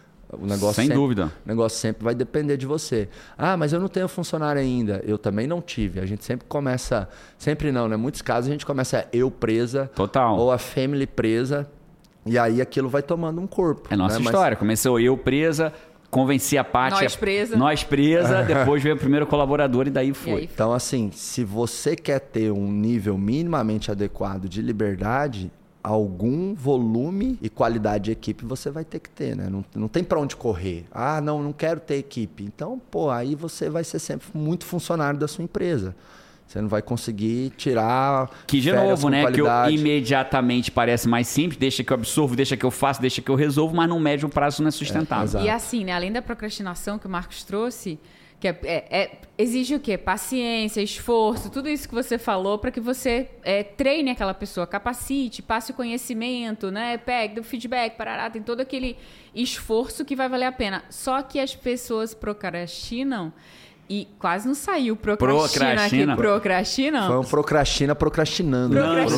[SPEAKER 2] O negócio
[SPEAKER 1] Sem dúvida.
[SPEAKER 2] O negócio sempre vai depender de você. Mas eu não tenho funcionário ainda. Eu também não tive. A gente sempre começa... Sempre não, né? Em muitos casos a gente começa eu presa.
[SPEAKER 1] Total.
[SPEAKER 2] Ou a family presa. E aí aquilo vai tomando um corpo.
[SPEAKER 1] É nossa história. Começou eu presa... Convenci a Paty. Nós presa. Depois veio o primeiro colaborador e daí foi.
[SPEAKER 2] Então, assim, se você quer ter um nível minimamente adequado de liberdade, algum volume e qualidade de equipe você vai ter que ter, né? Não tem para onde correr. Não quero ter equipe. Então, aí você vai ser sempre muito funcionário da sua empresa. Você não vai conseguir tirar
[SPEAKER 1] que de novo, né, qualidade. Que eu imediatamente parece mais simples, deixa que eu absorvo, deixa que eu faço, deixa que eu resolvo, mas no médio prazo não é sustentável.
[SPEAKER 3] E assim, né, além da procrastinação que o Marcos trouxe, que exige o quê? Paciência, esforço, tudo isso que você falou para que você treine aquela pessoa, capacite, passe o conhecimento, né? Pegue o feedback, parará, tem todo aquele esforço que vai valer a pena. Só que as pessoas procrastinam e quase não saiu procrastinam.
[SPEAKER 2] Foi um procrastinando.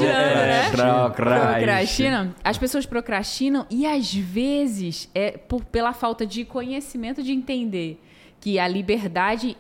[SPEAKER 3] Procrastinam. As pessoas procrastinam e às vezes pela falta de conhecimento de entender que a liberdade,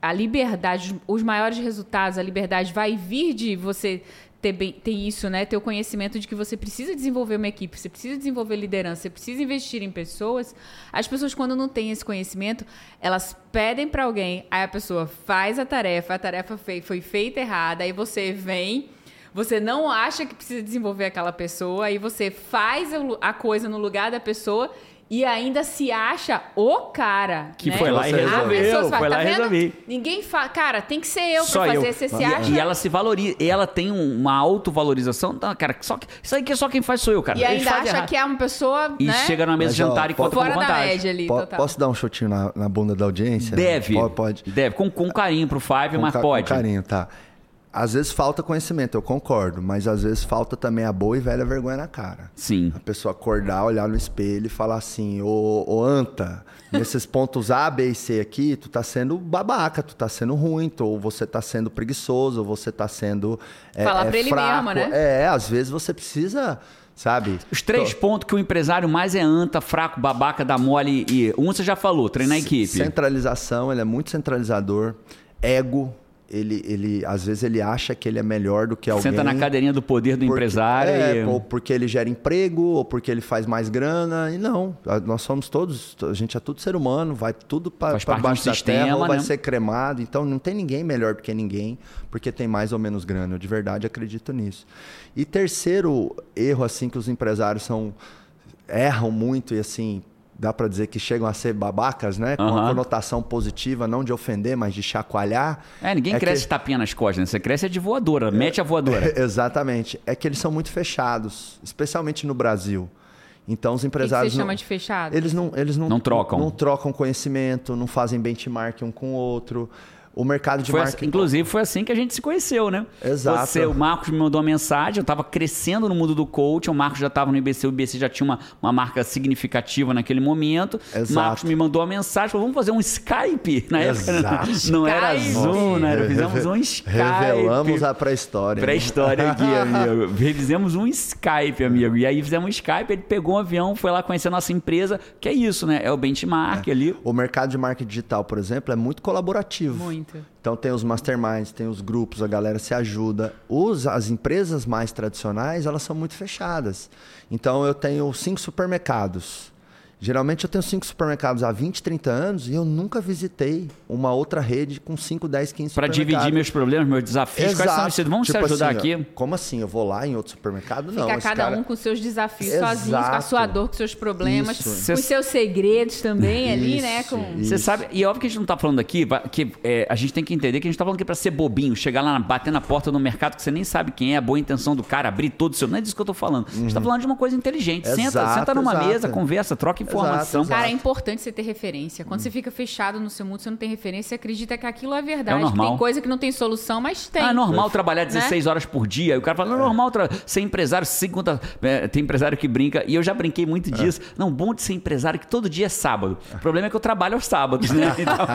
[SPEAKER 3] os maiores resultados, a liberdade vai vir de você ter isso, né? Ter o conhecimento de que você precisa desenvolver uma equipe, você precisa desenvolver liderança, você precisa investir em pessoas. As pessoas, quando não têm esse conhecimento, elas pedem para alguém, aí a pessoa faz a tarefa foi feita errada, aí você vem, você não acha que precisa desenvolver aquela pessoa, aí você faz a coisa no lugar da pessoa e ainda se acha o cara.
[SPEAKER 1] Que
[SPEAKER 3] né?
[SPEAKER 1] foi lá e resolveu. Foi lá e resolveu.
[SPEAKER 3] Ninguém fala, cara, tem que ser eu pra fazer. Você se acha.
[SPEAKER 1] E ela se valoriza. E ela tem uma autovalorização. Não, cara, isso aí que é só quem faz sou eu, cara.
[SPEAKER 3] E ainda acha que é uma pessoa.
[SPEAKER 1] E
[SPEAKER 3] né?
[SPEAKER 1] chega na mesa de jantar e conta com
[SPEAKER 3] fora
[SPEAKER 1] vantagem.
[SPEAKER 3] da média ali, total.
[SPEAKER 2] Posso dar um chutinho na bunda da audiência?
[SPEAKER 1] Deve.
[SPEAKER 2] Pode.
[SPEAKER 1] Deve. Com carinho pro Five, mas pode.
[SPEAKER 2] Com carinho, tá. Às vezes falta conhecimento, eu concordo, mas às vezes falta também a boa e velha vergonha na cara.
[SPEAKER 1] Sim.
[SPEAKER 2] A pessoa acordar, olhar no espelho e falar assim, ô Anta, nesses pontos A, B e C aqui, tu tá sendo babaca, tu tá sendo ruim, ou você tá sendo preguiçoso, ou você tá sendo
[SPEAKER 3] falar pra ele
[SPEAKER 2] fraco.
[SPEAKER 3] mesmo, né?
[SPEAKER 2] Às vezes você precisa... Sabe?
[SPEAKER 1] Os 3 pontos que o empresário mais é anta, fraco, babaca, dá mole e... você já falou, treinar a equipe.
[SPEAKER 2] Centralização, ele é muito centralizador. Ego... Ele às vezes ele acha que ele é melhor do que alguém.
[SPEAKER 1] Senta na cadeirinha do poder do empresário.
[SPEAKER 2] Ou porque ele gera emprego, ou porque ele faz mais grana. E não, nós somos todos, a gente é tudo ser humano, vai tudo para baixo da terra, ou vai ser cremado. Então não tem ninguém melhor do que ninguém, porque tem mais ou menos grana. Eu de verdade acredito nisso. E terceiro erro assim que os empresários erram muito e assim... Dá para dizer que chegam a ser babacas, né? Com uma conotação positiva, não de ofender, mas de chacoalhar.
[SPEAKER 1] Ninguém cresce tapinha nas costas, né? Você cresce de voadora, mete a voadora.
[SPEAKER 2] Exatamente. É que eles são muito fechados, especialmente no Brasil. Então os empresários...
[SPEAKER 3] O que você chama de fechado?
[SPEAKER 2] Eles não trocam. Não trocam conhecimento, não fazem benchmark um com o outro. O mercado de marketing...
[SPEAKER 1] Inclusive, foi assim que a gente se conheceu, né?
[SPEAKER 2] Exato.
[SPEAKER 1] O Marcos me mandou uma mensagem, eu estava crescendo no mundo do coaching, o Marcos já estava no IBC, o IBC já tinha uma marca significativa naquele momento.
[SPEAKER 2] Exato.
[SPEAKER 1] O Marcos me mandou uma mensagem, falou, vamos fazer um Skype. Na época não era Zoom, né? Fizemos um Skype.
[SPEAKER 2] Revelamos a pré-história.
[SPEAKER 1] Pré-história aqui, amigo. Fizemos um Skype, amigo. E aí fizemos um Skype, ele pegou um avião, foi lá conhecer a nossa empresa, que é isso, né? É o benchmark ali.
[SPEAKER 2] O mercado de marketing digital, por exemplo, é muito colaborativo.
[SPEAKER 3] Muito.
[SPEAKER 2] Então tem os masterminds, tem os grupos, a galera se ajuda. As empresas mais tradicionais, elas são muito fechadas. Então eu tenho 5 supermercados. Geralmente eu tenho 5 supermercados há 20, 30 anos e eu nunca visitei uma outra rede com 5, 10, 15
[SPEAKER 1] supermercados. Para dividir meus problemas, meus desafios.
[SPEAKER 2] Exato.
[SPEAKER 1] Quais são? Vamos se ajudar
[SPEAKER 2] assim,
[SPEAKER 1] aqui?
[SPEAKER 2] Como assim? Eu vou lá em outro supermercado? Não.
[SPEAKER 3] Fica cada um com seus desafios sozinhos, com a sua dor, com seus problemas, com os seus segredos também ali, né?
[SPEAKER 1] Você sabe, e é óbvio que a gente não está falando aqui, que a gente tem que entender que a gente está falando aqui para ser bobinho, chegar lá, bater na porta do mercado que você nem sabe quem é, a boa intenção do cara, abrir todo o seu... Não é disso que eu estou falando. A gente está falando de uma coisa inteligente. Senta numa mesa, conversa, troca informação.
[SPEAKER 3] Cara, é importante você ter referência. Quando você fica fechado no seu mundo, você não tem referência, você acredita que aquilo é verdade.
[SPEAKER 1] É
[SPEAKER 3] tem coisa que não tem solução, mas tem.
[SPEAKER 1] É normal trabalhar 16 horas por dia. E o cara fala, não é normal ser empresário, tem empresário que brinca. E eu já brinquei muito disso. Não, bom de ser empresário que todo dia é sábado. O problema é que eu trabalho aos sábados, né?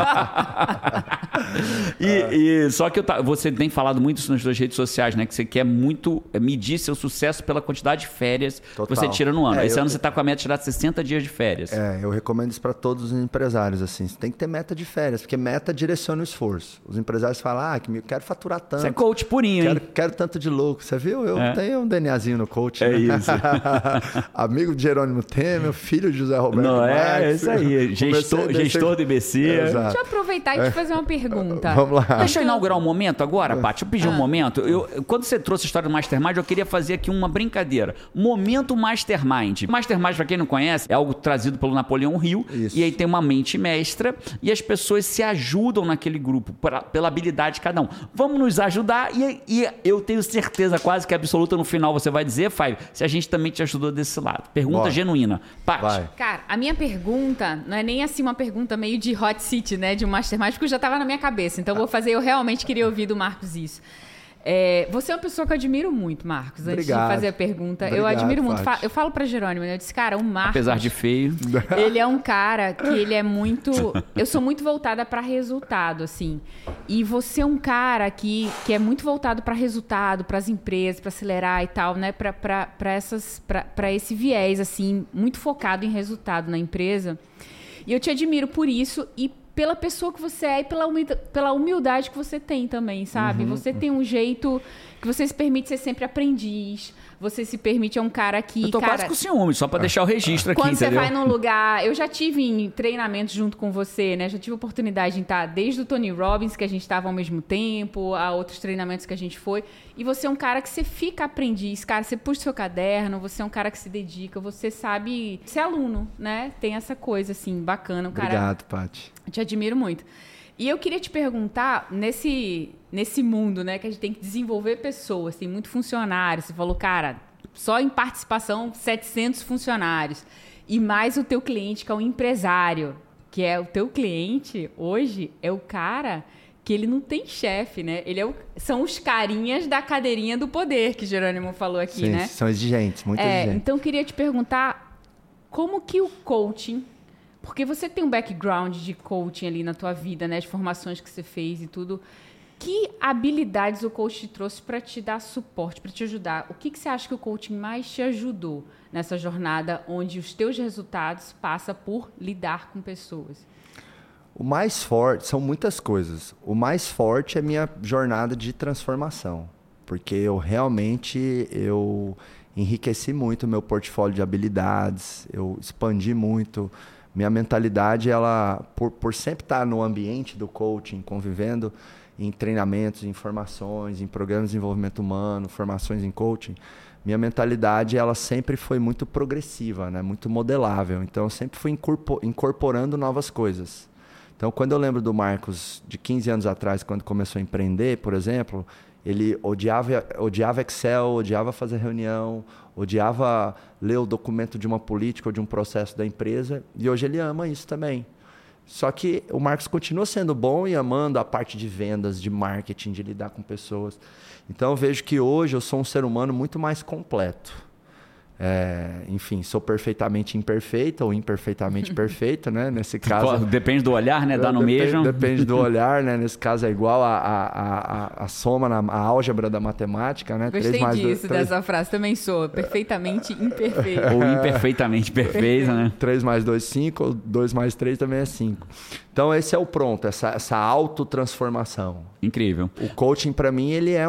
[SPEAKER 1] Então... só que você tem falado muito isso nas suas redes sociais, né? Que você quer muito medir seu sucesso pela quantidade de férias que você tira no ano. Esse ano você está com a meta de tirar 60 dias de férias.
[SPEAKER 2] Eu recomendo isso para todos os empresários, assim. Você tem que ter meta de férias, porque meta direciona o esforço. Os empresários falam, eu quero faturar tanto.
[SPEAKER 1] Você é coach purinho, hein?
[SPEAKER 2] Quero tanto de louco. Você viu? Eu tenho um DNAzinho no coach.
[SPEAKER 1] É isso.
[SPEAKER 2] Amigo de Jerônimo Temer, filho de José Roberto Marques.
[SPEAKER 1] É isso aí. Gestor do IBC.
[SPEAKER 3] Deixa eu aproveitar e te fazer uma pergunta.
[SPEAKER 2] Vamos lá.
[SPEAKER 1] Deixa eu inaugurar um momento agora, Paty. Deixa eu pedir um momento. Quando você trouxe a história do Mastermind, eu queria fazer aqui uma brincadeira. Momento Mastermind. Mastermind, para quem não conhece, é algo trazido pelo Napoleão Hill.
[SPEAKER 2] Isso.
[SPEAKER 1] E aí tem uma mente mestra e as pessoas se ajudam naquele grupo pela habilidade de cada um. Vamos nos ajudar e eu tenho certeza quase que absoluta no final você vai dizer, Fábio, se a gente também te ajudou desse lado. Pergunta genuína. Paty.
[SPEAKER 3] Cara, a minha pergunta não é nem assim uma pergunta meio de hot seat, né? De um mastermind, porque já estava na minha cabeça. Então eu realmente queria ouvir do Marcos isso. Você é uma pessoa que eu admiro muito, Marcos, antes de fazer a pergunta. Eu admiro muito. Eu falo pra Jerônimo, eu disse, cara, o Marcos...
[SPEAKER 1] Apesar de feio.
[SPEAKER 3] Ele é um cara que ele é muito... Eu sou muito voltada pra resultado, assim. E você é um cara que é muito voltado pra resultado, pras empresas, pra acelerar e tal, né? Pra esse viés, assim, muito focado em resultado na empresa. E eu te admiro por isso e pela pessoa que você é e pela humildade que você tem também, sabe? Você tem um jeito que você se permite ser sempre aprendiz, você se permite, é um cara que...
[SPEAKER 1] Eu tô quase com ciúme, só pra deixar o registro aqui,
[SPEAKER 3] quando
[SPEAKER 1] entendeu?
[SPEAKER 3] Você vai num lugar... Eu já tive em treinamentos junto com você, né? Já tive a oportunidade de estar desde o Tony Robbins, que a gente estava ao mesmo tempo, a outros treinamentos que a gente foi. E você é um cara que você fica aprendiz, cara. Você puxa o seu caderno, você é um cara que se dedica, você sabe ser aluno, né? Tem essa coisa, assim, bacana.
[SPEAKER 2] Obrigado, Paty.
[SPEAKER 3] Te admiro muito. E eu queria te perguntar, nesse mundo, né, que a gente tem que desenvolver pessoas, tem muito funcionário, você falou, cara, só em participação 700 funcionários, e mais o teu cliente, que é um empresário, que é o teu cliente, hoje, é o cara que ele não tem chefe, né? São os carinhas da cadeirinha do poder, que Jerônimo falou aqui,
[SPEAKER 2] sim,
[SPEAKER 3] né?
[SPEAKER 2] São exigentes, muito exigentes.
[SPEAKER 3] Então, eu queria te perguntar, como que o coaching... Porque você tem um background de coaching ali na tua vida, né? De formações que você fez e tudo. Que habilidades o coach te trouxe para te dar suporte, para te ajudar? O que você acha que o coaching mais te ajudou nessa jornada onde os teus resultados passam por lidar com pessoas?
[SPEAKER 2] O mais forte, são muitas coisas. O mais forte é a minha jornada de transformação. Porque eu realmente enriqueci muito o meu portfólio de habilidades, eu expandi muito. Minha mentalidade, ela, por sempre estar no ambiente do coaching, convivendo em treinamentos, em formações, em programas de desenvolvimento humano, formações em coaching, minha mentalidade ela sempre foi muito progressiva, né? Muito modelável. Então, eu sempre fui incorporando novas coisas. Então, quando eu lembro do Marcos, de 15 anos atrás, quando começou a empreender, por exemplo, ele odiava Excel, odiava fazer reunião, odiava ler o documento de uma política ou de um processo da empresa, e hoje ele ama isso também. Só que o Marcos continua sendo bom e amando a parte de vendas, de marketing, de lidar com pessoas. Então eu vejo que hoje eu sou um ser humano muito mais completo. Enfim, sou perfeitamente imperfeito ou imperfeitamente perfeito, né? Nesse caso...
[SPEAKER 1] Depende do olhar, né? Dá no mesmo.
[SPEAKER 2] Depende do olhar, né? Nesse caso é igual a soma, a álgebra da matemática, né?
[SPEAKER 3] Gostei
[SPEAKER 2] 3 mais
[SPEAKER 3] disso,
[SPEAKER 2] 2,
[SPEAKER 3] dessa frase. Também sou perfeitamente imperfeito.
[SPEAKER 1] Ou imperfeitamente perfeito, né?
[SPEAKER 2] 3 mais 2, 5. 2 mais 3 também é 5. Então, esse é o pronto, essa autotransformação.
[SPEAKER 1] Incrível.
[SPEAKER 2] O coaching, para mim,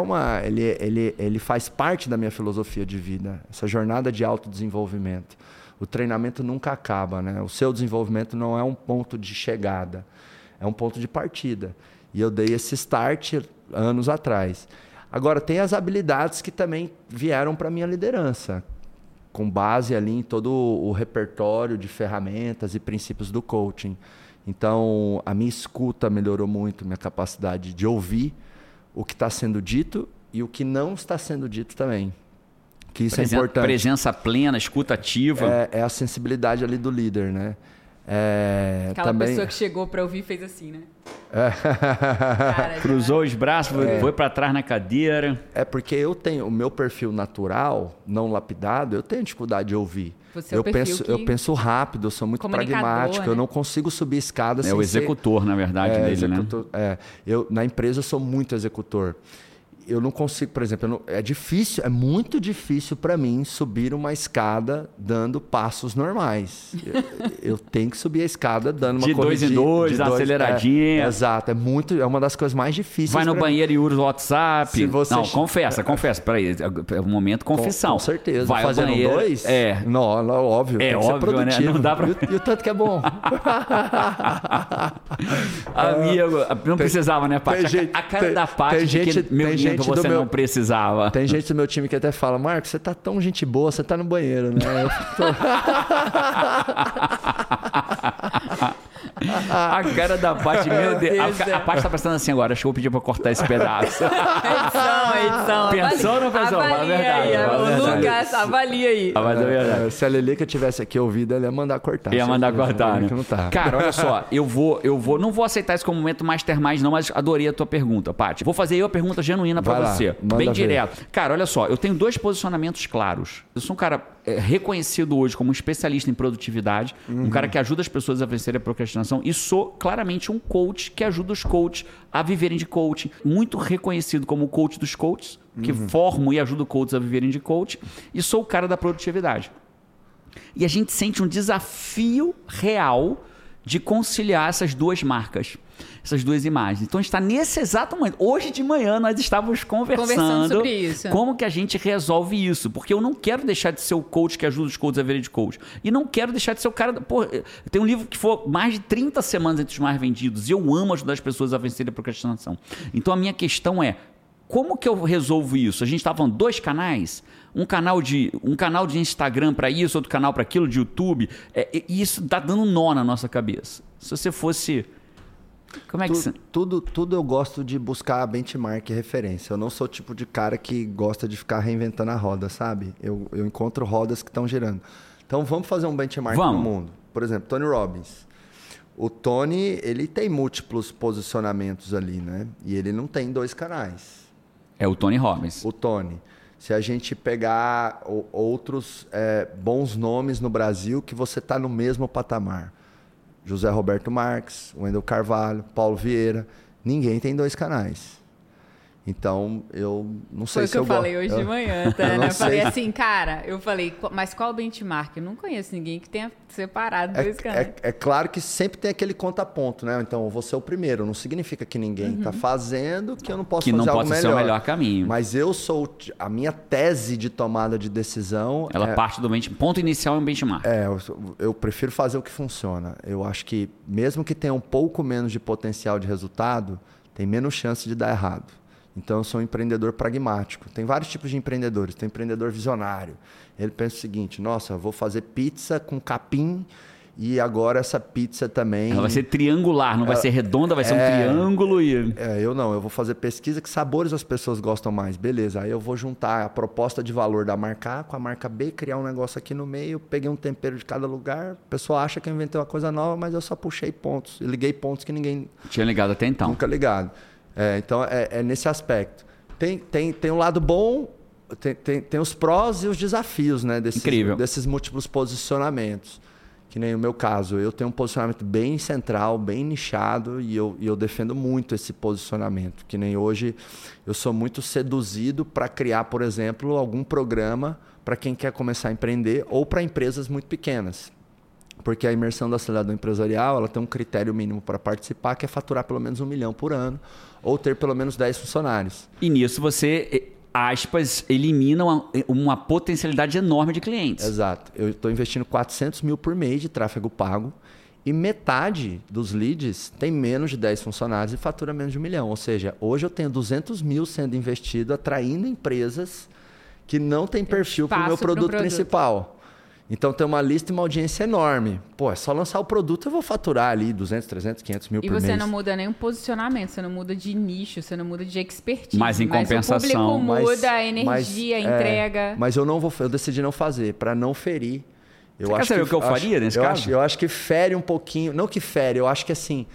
[SPEAKER 2] ele faz parte da minha filosofia de vida. Essa jornada de autodesenvolvimento. O treinamento nunca acaba, né? O seu desenvolvimento não é um ponto de chegada, é um ponto de partida. E eu dei esse start anos atrás. Agora, tem as habilidades que também vieram para a minha liderança, com base ali em todo o repertório de ferramentas e princípios do coaching. Então, a minha escuta melhorou muito, minha capacidade de ouvir o que está sendo dito e o que não está sendo dito também. Que isso é importante.
[SPEAKER 1] Presença plena, escuta ativa.
[SPEAKER 2] É a sensibilidade ali do líder, né?
[SPEAKER 3] Aquela
[SPEAKER 2] também...
[SPEAKER 3] pessoa que chegou para ouvir e fez assim, né?
[SPEAKER 1] Cruzou os braços, foi para trás na cadeira.
[SPEAKER 2] Porque eu tenho o meu perfil natural, não lapidado, eu tenho dificuldade de ouvir. Eu penso rápido, eu sou muito pragmático,
[SPEAKER 3] né?
[SPEAKER 2] Eu não consigo subir escada sem
[SPEAKER 1] o executor, na verdade, dele, né?
[SPEAKER 2] Na empresa eu sou muito executor. Eu não consigo, por exemplo, é muito difícil para mim subir uma escada dando passos normais. Eu tenho que subir a escada dando uma corridinha.
[SPEAKER 1] De 2 em 2, aceleradinha.
[SPEAKER 2] Exato, é uma das coisas mais difíceis.
[SPEAKER 1] Vai no banheiro e usa o WhatsApp.
[SPEAKER 2] Não,
[SPEAKER 1] confessa. Peraí, é um momento de confissão.
[SPEAKER 2] Com certeza.
[SPEAKER 1] Vai
[SPEAKER 2] fazendo
[SPEAKER 1] banheiro,
[SPEAKER 2] 2? Não, óbvio.
[SPEAKER 1] É
[SPEAKER 2] tem que ser
[SPEAKER 1] óbvio,
[SPEAKER 2] produtivo,
[SPEAKER 1] né? Não dá pra...
[SPEAKER 2] E o tanto que é bom.
[SPEAKER 1] Amigo, não precisava, né, Paty? A cara da Paty
[SPEAKER 2] tem gente
[SPEAKER 1] tempo você não precisava.
[SPEAKER 2] Tem gente do meu time que até fala, Marcos, você tá tão gente boa, você tá no banheiro, né?
[SPEAKER 1] A cara da Paty, meu Deus. A Paty tá pensando assim agora, acho que eu vou pedir pra cortar esse pedaço.
[SPEAKER 3] Edição.
[SPEAKER 1] Pensou ou não pensou?
[SPEAKER 3] Avalia aí, Lucas, avalia aí.
[SPEAKER 2] Se a Lelica tivesse aqui ouvido, ela ia mandar cortar.
[SPEAKER 1] Ia mandar cortar, né?
[SPEAKER 2] Não tá.
[SPEAKER 1] Cara, olha só, não vou aceitar isso como momento Mastermind não, mas adorei a tua pergunta, Paty. Vou fazer eu a pergunta genuína pra você, bem direto. Cara, olha só, eu tenho 2 posicionamentos claros. Eu sou um cara reconhecido hoje como um especialista em produtividade, um cara que ajuda as pessoas a vencerem a procrastinação e sou claramente um coach que ajuda os coaches a viverem de coaching. Muito reconhecido como o coach dos coaches, que formo e ajudo coaches a viverem de coaching, e sou o cara da produtividade. E a gente sente um desafio real de conciliar essas 2 marcas, essas 2 imagens. Então, a gente está nesse exato momento. Hoje de manhã, nós estávamos conversando
[SPEAKER 3] sobre isso.
[SPEAKER 1] Como que a gente resolve isso. Porque eu não quero deixar de ser o coach que ajuda os coaches a verem de coach. E não quero deixar de ser o cara... Pô, tem um livro que foi mais de 30 semanas entre os mais vendidos. E eu amo ajudar as pessoas a vencerem a procrastinação. Então, a minha questão é, como que eu resolvo isso? A gente está falando 2 canais... Um canal de Instagram para isso, outro canal para aquilo, de YouTube. E isso tá dando nó na nossa cabeça. Se você fosse... Como é que você...
[SPEAKER 2] Tudo eu gosto de buscar benchmark e referência. Eu não sou o tipo de cara que gosta de ficar reinventando a roda, sabe? Eu encontro rodas que estão girando. Então vamos fazer um benchmark no mundo. Por exemplo, Tony Robbins. O Tony, ele tem múltiplos posicionamentos ali, né? E ele não tem 2 canais.
[SPEAKER 1] É o Tony Robbins.
[SPEAKER 2] O Tony. Se a gente pegar outros bons nomes no Brasil que você está no mesmo patamar. José Roberto Marques, Wendel Carvalho, Paulo Vieira. Ninguém tem 2 canais. Então, eu não sei se eu...
[SPEAKER 3] Foi o que eu falei hoje de manhã, tá? Eu falei assim, cara, mas qual o benchmark? Eu não conheço ninguém que tenha separado 2 canais.
[SPEAKER 2] É claro que sempre tem aquele contraponto, né? Então, eu vou ser o primeiro. Não significa que ninguém está fazendo que eu não posso fazer algo melhor. Que não pode ser o melhor
[SPEAKER 1] caminho.
[SPEAKER 2] Mas eu sou... A minha tese de tomada de decisão...
[SPEAKER 1] Ela parte do ponto inicial é um benchmark.
[SPEAKER 2] Eu prefiro fazer o que funciona. Eu acho que, mesmo que tenha um pouco menos de potencial de resultado, tem menos chance de dar errado. Então, eu sou um empreendedor pragmático. Tem vários tipos de empreendedores. Tem um empreendedor visionário. Ele pensa o seguinte, nossa, eu vou fazer pizza com capim e agora essa pizza também...
[SPEAKER 1] Ela vai ser triangular, não vai ser redonda, vai ser um triângulo e...
[SPEAKER 2] eu não. Eu vou fazer pesquisa que sabores as pessoas gostam mais. Beleza, aí eu vou juntar a proposta de valor da marca A com a marca B, criar um negócio aqui no meio, peguei um tempero de cada lugar, o pessoal acha que eu inventei uma coisa nova, mas eu só puxei pontos. Eu liguei pontos que ninguém...
[SPEAKER 1] Tinha ligado até então.
[SPEAKER 2] Nunca ligado. Então, é nesse aspecto. Tem um lado bom, tem os prós e os desafios, né? Desses múltiplos posicionamentos. Que nem o meu caso. Eu tenho um posicionamento bem central, bem nichado, e eu defendo muito esse posicionamento. Que nem hoje eu sou muito seduzido para criar, por exemplo, algum programa para quem quer começar a empreender ou para empresas muito pequenas. Porque a imersão do acelerador empresarial, ela tem um critério mínimo para participar, que é faturar pelo menos 1 milhão por ano ou ter pelo menos 10 funcionários.
[SPEAKER 1] E nisso você, aspas, elimina uma potencialidade enorme de clientes.
[SPEAKER 2] Exato. Eu estou investindo 400 mil por mês de tráfego pago e metade dos leads tem menos de 10 funcionários e fatura menos de 1 milhão. Ou seja, hoje eu tenho 200 mil sendo investido, atraindo empresas que não têm perfil para o meu produto principal. Então, tem uma lista e uma audiência enorme. Pô, é só lançar o produto, eu vou faturar ali 200, 300, 500 mil por mês.
[SPEAKER 3] E você não muda nem o posicionamento, você não muda de nicho, você não muda de expertise.
[SPEAKER 1] Mas em compensação...
[SPEAKER 3] o público muda, a energia, a entrega.
[SPEAKER 2] Mas eu decidi não fazer, para não ferir.
[SPEAKER 1] Você quer saber o que eu faria nesse caso?
[SPEAKER 2] Eu acho que fere um pouquinho. Não que fere, eu acho que assim...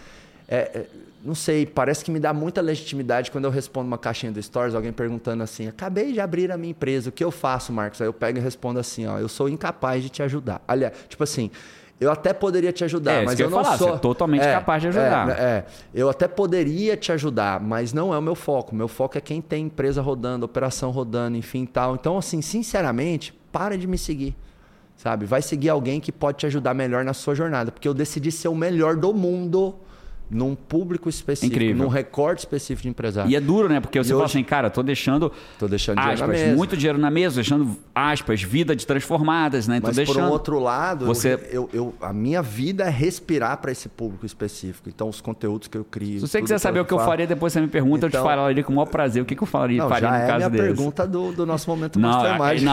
[SPEAKER 2] não sei, parece que me dá muita legitimidade quando eu respondo uma caixinha do Stories, alguém perguntando assim, acabei de abrir a minha empresa, o que eu faço, Marcos? Aí eu pego e respondo assim, ó, eu sou incapaz de te ajudar. Aliás, tipo assim, eu até poderia te ajudar, mas eu não sou...
[SPEAKER 1] Você é totalmente capaz de ajudar.
[SPEAKER 2] Eu até poderia te ajudar, mas não é o meu foco. Meu foco é quem tem empresa rodando, operação rodando, enfim, tal. Então, assim, sinceramente, para de me seguir, sabe? Vai seguir alguém que pode te ajudar melhor na sua jornada, porque eu decidi ser o melhor do mundo num público específico,
[SPEAKER 1] Incrível.
[SPEAKER 2] num recorte específico de empresário.
[SPEAKER 1] E é duro, né? Porque você fala assim, cara, tô deixando
[SPEAKER 2] dinheiro na
[SPEAKER 1] aspas,
[SPEAKER 2] mesa.
[SPEAKER 1] muito dinheiro na mesa, deixando aspas, vida de transformadas, né?
[SPEAKER 2] Mas
[SPEAKER 1] deixando...
[SPEAKER 2] por um outro lado,
[SPEAKER 1] Você...
[SPEAKER 2] a minha vida é respirar para esse público específico. Então, os conteúdos que eu crio...
[SPEAKER 1] Se você quiser saber o que eu faria, depois você me pergunta,
[SPEAKER 2] então,
[SPEAKER 1] eu te falaria com o maior prazer o que eu faria no caso desse.
[SPEAKER 2] Já é a minha pergunta do nosso momento Mastermind.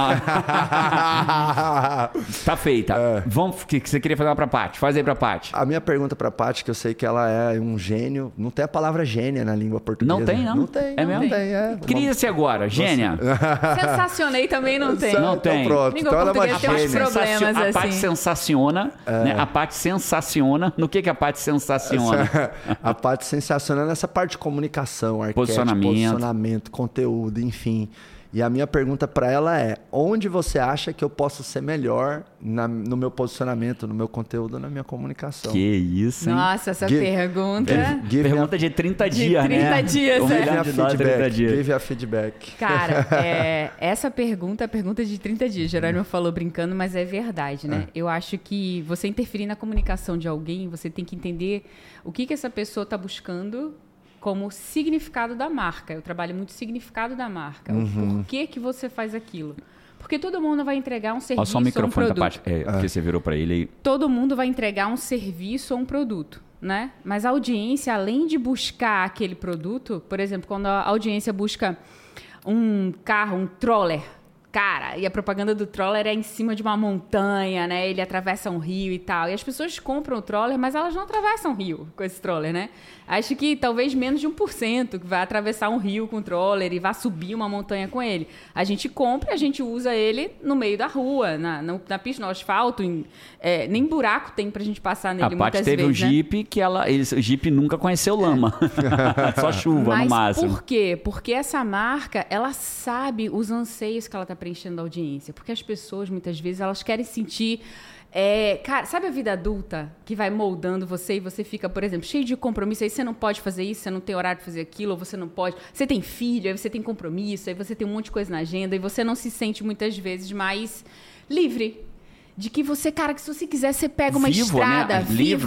[SPEAKER 1] Tá feita. Vamos, o que você queria fazer pra Paty? Faz aí pra Paty.
[SPEAKER 2] A minha pergunta pra Paty, que eu sei que ela é um gênio... Não tem a palavra gênia na língua portuguesa.
[SPEAKER 1] Não tem, não?
[SPEAKER 2] Não tem.
[SPEAKER 1] É mesmo?
[SPEAKER 2] Não tem,
[SPEAKER 1] Cria-se agora, gênia.
[SPEAKER 3] Sensacionei também não tem.
[SPEAKER 1] Não tem.
[SPEAKER 2] Então, pronto.
[SPEAKER 3] Língua
[SPEAKER 2] Então ela é uma
[SPEAKER 3] portuguesa tem uns
[SPEAKER 2] gênia.
[SPEAKER 3] problemas
[SPEAKER 1] A Paty
[SPEAKER 3] assim.
[SPEAKER 1] sensaciona, né? A Paty sensaciona. No que a Paty sensaciona?
[SPEAKER 2] A Paty sensaciona nessa parte de comunicação, arquétipo, posicionamento, conteúdo, enfim. E a minha pergunta para ela é: onde você acha que eu posso ser melhor no meu posicionamento, no meu conteúdo, na minha comunicação?
[SPEAKER 1] Que isso, hein?
[SPEAKER 3] Nossa, essa pergunta...
[SPEAKER 1] Pergunta de 30 dias,
[SPEAKER 3] de 30
[SPEAKER 1] né?
[SPEAKER 3] dias,
[SPEAKER 1] Um
[SPEAKER 3] é.
[SPEAKER 1] milhão de dólares, 30 dias.
[SPEAKER 2] Give a feedback.
[SPEAKER 3] Cara, essa pergunta é a pergunta de 30 dias. Jerônimo falou brincando, mas é verdade, né? Eu acho que você interferir na comunicação de alguém, você tem que entender o que essa pessoa está buscando como significado da marca. Eu trabalho muito significado da marca. O porquê que você faz aquilo. Porque todo mundo vai entregar um serviço
[SPEAKER 1] Olha só o microfone
[SPEAKER 3] ou um
[SPEAKER 1] da
[SPEAKER 3] produto.
[SPEAKER 1] Paty. Porque você virou para ele aí.
[SPEAKER 3] Todo mundo vai entregar um serviço ou um produto, né? Mas a audiência, além de buscar aquele produto, por exemplo, quando a audiência busca um carro, um troller, cara, e a propaganda do troller é em cima de uma montanha, né? Ele atravessa um rio e tal. E as pessoas compram o troller, mas elas não atravessam o rio com esse troller, né? Acho que talvez menos de 1% que vai atravessar um rio com o troller e vai subir uma montanha com ele. A gente compra e a gente usa ele no meio da rua, na pista, no asfalto. Nem buraco tem pra gente passar nele muitas vezes.
[SPEAKER 1] A Paty teve um Jeep que o Jeep nunca conheceu lama. Só chuva no máximo.
[SPEAKER 3] Mas por quê? Porque essa marca, ela sabe os anseios que ela tá preenchendo da audiência. Porque as pessoas, muitas vezes, elas querem sentir... cara, sabe a vida adulta que vai moldando você e você fica, por exemplo, cheio de compromisso, aí você não pode fazer isso, você não tem horário de fazer aquilo, ou você não pode... Você tem filho, aí você tem compromisso, aí você tem um monte de coisa na agenda e você não se sente, muitas vezes, mais livre. De que você, cara, que se você quiser, você pega uma estrada,
[SPEAKER 1] né?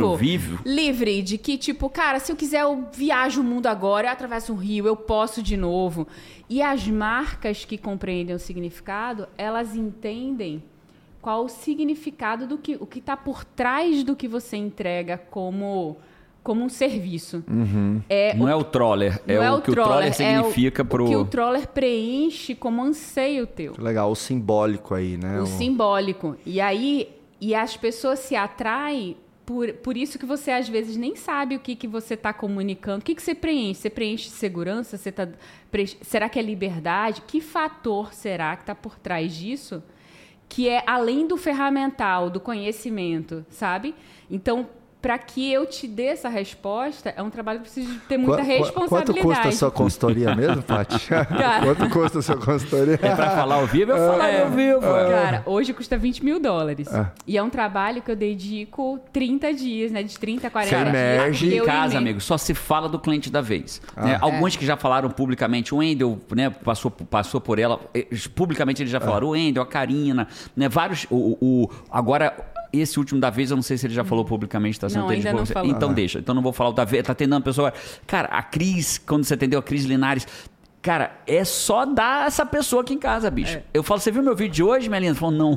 [SPEAKER 3] livre, de que, tipo, cara, se eu quiser, eu viajo o mundo agora, eu atravesso um rio, eu posso de novo. E as marcas que compreendem o significado, elas entendem qual o significado o que está por trás do que você entrega como um serviço.
[SPEAKER 1] Não é o troller, o que o troller significa pro...
[SPEAKER 3] O que o troller preenche como anseio teu.
[SPEAKER 2] Legal, o simbólico aí, né?
[SPEAKER 3] O simbólico. E aí, as pessoas se atraem por isso que você, às vezes, nem sabe o que você está comunicando. O que você preenche? Você preenche segurança? Será que é liberdade? Que fator será que está por trás disso? Que é além do ferramental, do conhecimento, sabe? Então, para que eu te dê essa resposta, é um trabalho que precisa ter muita responsabilidade.
[SPEAKER 2] Quanto custa a sua consultoria mesmo, Paty? Quanto custa a sua consultoria?
[SPEAKER 1] É para falar ao vivo? Eu falo ao vivo.
[SPEAKER 3] Cara, hoje custa $20 mil. E é um trabalho que eu dedico 30 dias, né? De 30 a 40 dias.
[SPEAKER 1] Emerge em casa, amigo. Só se fala do cliente da vez. Né? Alguns que já falaram publicamente, o Wendel, né, passou por ela, publicamente eles já falaram, o Wendel, a Karina, né, vários, agora... Esse último da vez, eu não sei se ele já falou publicamente, tá?
[SPEAKER 3] Não, ainda não falou.
[SPEAKER 1] Então deixa. Então não vou falar o da vez. Tá atendendo a pessoa. Cara, a Cris, quando você atendeu a Cris Linares, cara, é só dar essa pessoa aqui em casa, bicho. Eu falo, você viu meu vídeo de hoje, Melina? Falou, não.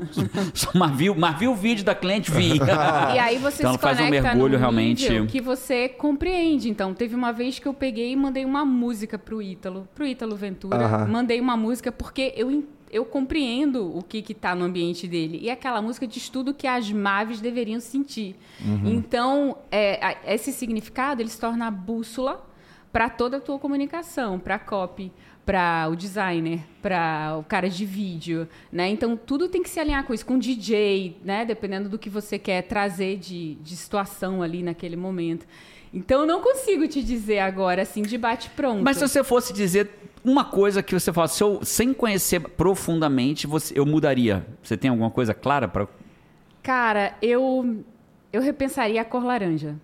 [SPEAKER 1] Mas viu o vídeo da cliente, vi.
[SPEAKER 3] E aí você
[SPEAKER 1] então,
[SPEAKER 3] se
[SPEAKER 1] faz um mergulho realmente
[SPEAKER 3] que você compreende. Então, teve uma vez que eu peguei e mandei uma música pro Ítalo Ventura. Mandei uma música porque eu compreendo o que está no ambiente dele. E aquela música diz tudo que as Mavis deveriam sentir. Então, esse significado, ele se torna a bússola para toda a tua comunicação, para a copy, para o designer, para o cara de vídeo, né? Então, tudo tem que se alinhar com isso, com o DJ, né? Dependendo do que você quer trazer de situação ali naquele momento. Então, eu não consigo te dizer agora, assim, de bate-pronto.
[SPEAKER 1] Mas se você fosse dizer uma coisa que você fala, sem conhecer profundamente, eu mudaria. Você tem alguma coisa clara para...
[SPEAKER 3] Cara, eu repensaria a cor laranja.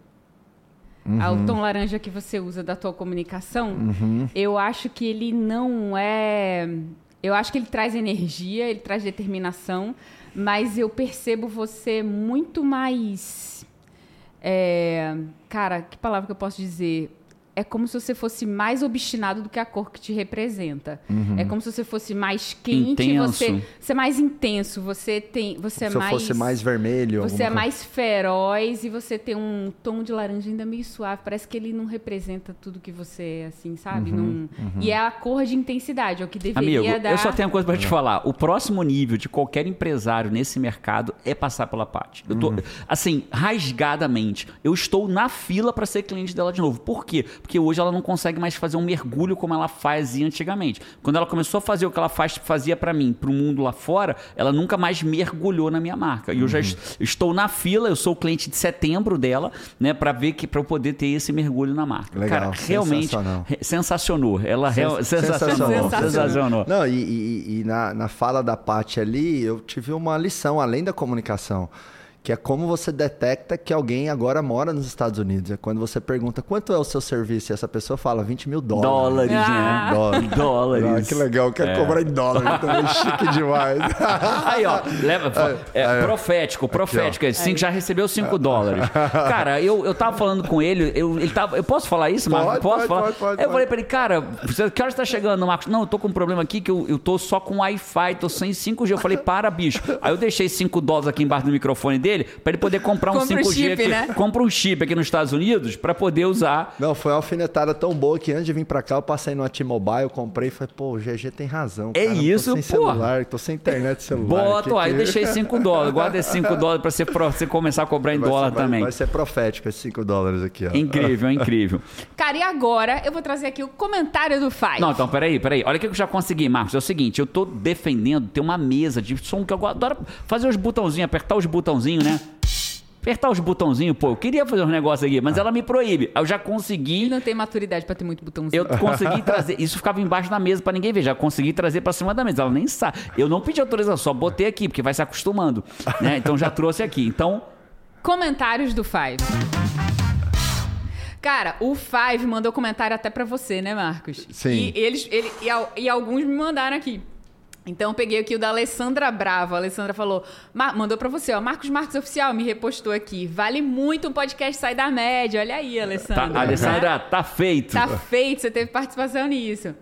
[SPEAKER 3] O tom laranja que você usa da tua comunicação, eu acho que ele não é... Eu acho que ele traz energia, ele traz determinação, mas eu percebo você muito mais... Cara, que palavra que eu posso dizer? É como se você fosse mais obstinado do que a cor que te representa. É como se você fosse mais quente, você é mais intenso, você é mais...
[SPEAKER 2] fosse mais vermelho.
[SPEAKER 3] Você é mais feroz e você tem um tom de laranja ainda meio suave. Parece que ele não representa tudo que você é, assim, sabe? E é a cor de intensidade, é o que deveria dar...
[SPEAKER 1] eu só tenho uma coisa pra te falar. O próximo nível de qualquer empresário nesse mercado é passar pela Paty. Eu tô, assim, rasgadamente. Eu estou na fila pra ser cliente dela de novo. Por quê? Porque hoje ela não consegue mais fazer um mergulho como ela fazia antigamente. Quando ela começou a fazer o que ela fazia para mim, para o mundo lá fora, ela nunca mais mergulhou na minha marca. E eu já estou na fila, eu sou o cliente de setembro dela, né, para eu poder ter esse mergulho na marca.
[SPEAKER 2] Legal,
[SPEAKER 1] cara, realmente sensacionou. Ela sensacionou.
[SPEAKER 2] Não, e na fala da Paty ali, eu tive uma lição além da comunicação. Que é como você detecta que alguém agora mora nos Estados Unidos. É quando você pergunta quanto é o seu serviço e essa pessoa fala $20 mil.
[SPEAKER 1] Dólares, né? Dólares.
[SPEAKER 2] Ah, que legal, quero cobrar em dólar. Também chique demais.
[SPEAKER 1] Aí, ó, profético. Aqui, já recebeu $5. Cara, eu tava falando com ele, eu posso falar isso, Marcos? Posso falar? Pode. Eu falei pra ele, cara, que hora você tá chegando, Marcos? Não, eu tô com um problema aqui que eu tô só com Wi-Fi, tô sem 5G. Eu falei, para, bicho. Aí eu deixei $5 aqui embaixo do microfone dele, para ele poder comprar um 5G
[SPEAKER 3] chip,
[SPEAKER 1] aqui.
[SPEAKER 3] Né?
[SPEAKER 1] Compra um chip aqui nos Estados Unidos para poder usar.
[SPEAKER 2] Não, foi uma alfinetada tão boa que antes de vir para cá eu passei no T-Mobile, comprei e falei, pô, o GG tem razão.
[SPEAKER 1] É cara, isso,
[SPEAKER 2] tô sem celular, tô sem internet celular.
[SPEAKER 1] Bota, aí deixei $5. Guarda esse $5 para você começar a cobrar em dólar também.
[SPEAKER 2] Vai ser profético esses $5 aqui, ó.
[SPEAKER 1] Incrível.
[SPEAKER 3] Cara, e agora eu vou trazer aqui o comentário do Five.
[SPEAKER 1] Não, então, peraí. Olha o que eu já consegui, Marcos. É o seguinte, eu tô defendendo ter uma mesa de som que eu adoro fazer os botãozinhos, apertar os botãozinhos, né? Apertar os botãozinhos, pô, eu queria fazer um negócio aqui, mas ela me proíbe. Eu já consegui...
[SPEAKER 3] Ele não tem maturidade pra ter muito botãozinho.
[SPEAKER 1] Eu consegui trazer... Isso ficava embaixo da mesa pra ninguém ver. Já consegui trazer pra cima da mesa. Ela nem sabe. Eu não pedi autorização, só botei aqui, porque vai se acostumando. Né? Então já trouxe aqui. Então...
[SPEAKER 3] Comentários do Five. Cara, o Five mandou comentário até pra você, né, Marcos?
[SPEAKER 2] Sim.
[SPEAKER 3] E alguns me mandaram aqui. Então eu peguei aqui o da Alessandra Bravo. A Alessandra falou, mandou pra você, ó, Marcos Oficial, me repostou aqui. Vale muito um podcast sair da média. Olha aí, Alessandra.
[SPEAKER 1] Tá, Alessandra, tá feito.
[SPEAKER 3] Tá feito, você teve participação nisso.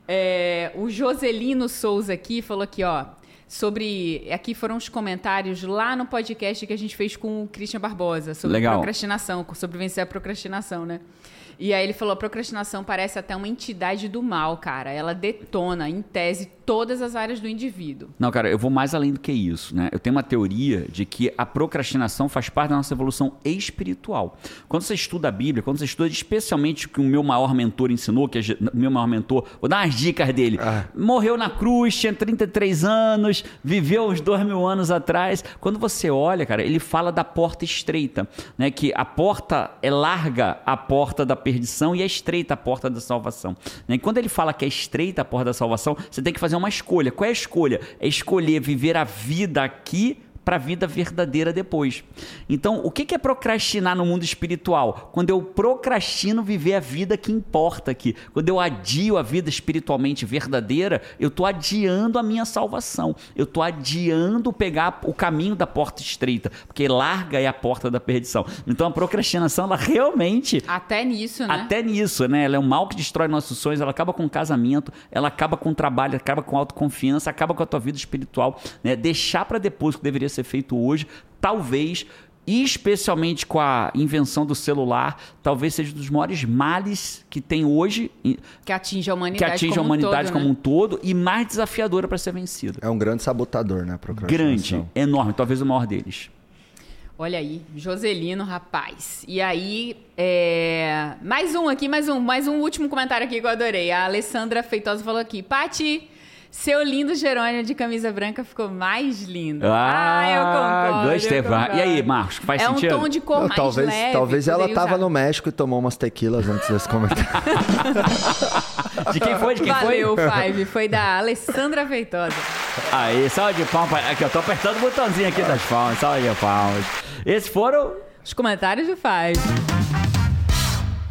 [SPEAKER 3] O Joselino Souza aqui falou aqui, ó, aqui foram os comentários lá no podcast que a gente fez com o Christian Barbosa, sobre procrastinação, sobre vencer a procrastinação, né? E aí ele falou, a procrastinação parece até uma entidade do mal, cara. Ela detona, em tese, todas as áreas do indivíduo.
[SPEAKER 1] Não, cara, eu vou mais além do que isso, né? Eu tenho uma teoria de que a procrastinação faz parte da nossa evolução espiritual. Quando você estuda a Bíblia, quando você estuda especialmente o que o meu maior mentor ensinou, que é o meu maior mentor, vou dar umas dicas dele. Morreu na cruz, tinha 33 anos, viveu uns 2.000 anos atrás. Quando você olha, cara, ele fala da porta estreita, né? Que a porta é larga, a porta da perdição, e é estreita a porta da salvação. E quando ele fala que é estreita a porta da salvação, você tem que fazer uma escolha. Qual é a escolha? É escolher viver a vida aqui para a vida verdadeira depois. Então, o que é procrastinar no mundo espiritual? Quando eu procrastino viver a vida que importa aqui. Quando eu adio a vida espiritualmente verdadeira, eu estou adiando a minha salvação. Eu estou adiando pegar o caminho da porta estreita, porque larga é a porta da perdição. Então, a procrastinação, ela realmente...
[SPEAKER 3] Até nisso, né?
[SPEAKER 1] Até nisso, né? Ela é um mal que destrói nossos sonhos, ela acaba com o casamento, ela acaba com o trabalho, acaba com a autoconfiança, acaba com a tua vida espiritual, né? Deixar para depois o que deveria ser feito hoje, talvez, e especialmente com a invenção do celular, talvez seja um dos maiores males que tem hoje,
[SPEAKER 3] que atinge a humanidade
[SPEAKER 1] como um todo, e mais desafiadora para ser vencida.
[SPEAKER 2] É um grande sabotador, né, a procrastinação.
[SPEAKER 1] Grande, enorme, talvez o maior deles.
[SPEAKER 3] Olha aí, Joselino, rapaz. E aí, mais um último comentário aqui que eu adorei. A Alessandra Feitosa falou aqui, Paty, seu lindo Jerônimo de camisa branca ficou mais lindo.
[SPEAKER 1] Eu concordo. Gostei. E aí, Marcos, faz sentido?
[SPEAKER 3] É um tom de cor mais leve.
[SPEAKER 2] Talvez ela tava no México e tomou umas tequilas antes desse comentário.
[SPEAKER 1] De quem foi?
[SPEAKER 3] Valeu, Five. Foi da Alessandra Feitosa.
[SPEAKER 1] Aí, salve de palmas. Aqui, eu tô apertando o botãozinho aqui das palmas. Salve de palmas. Esses foram...
[SPEAKER 3] os comentários do Five.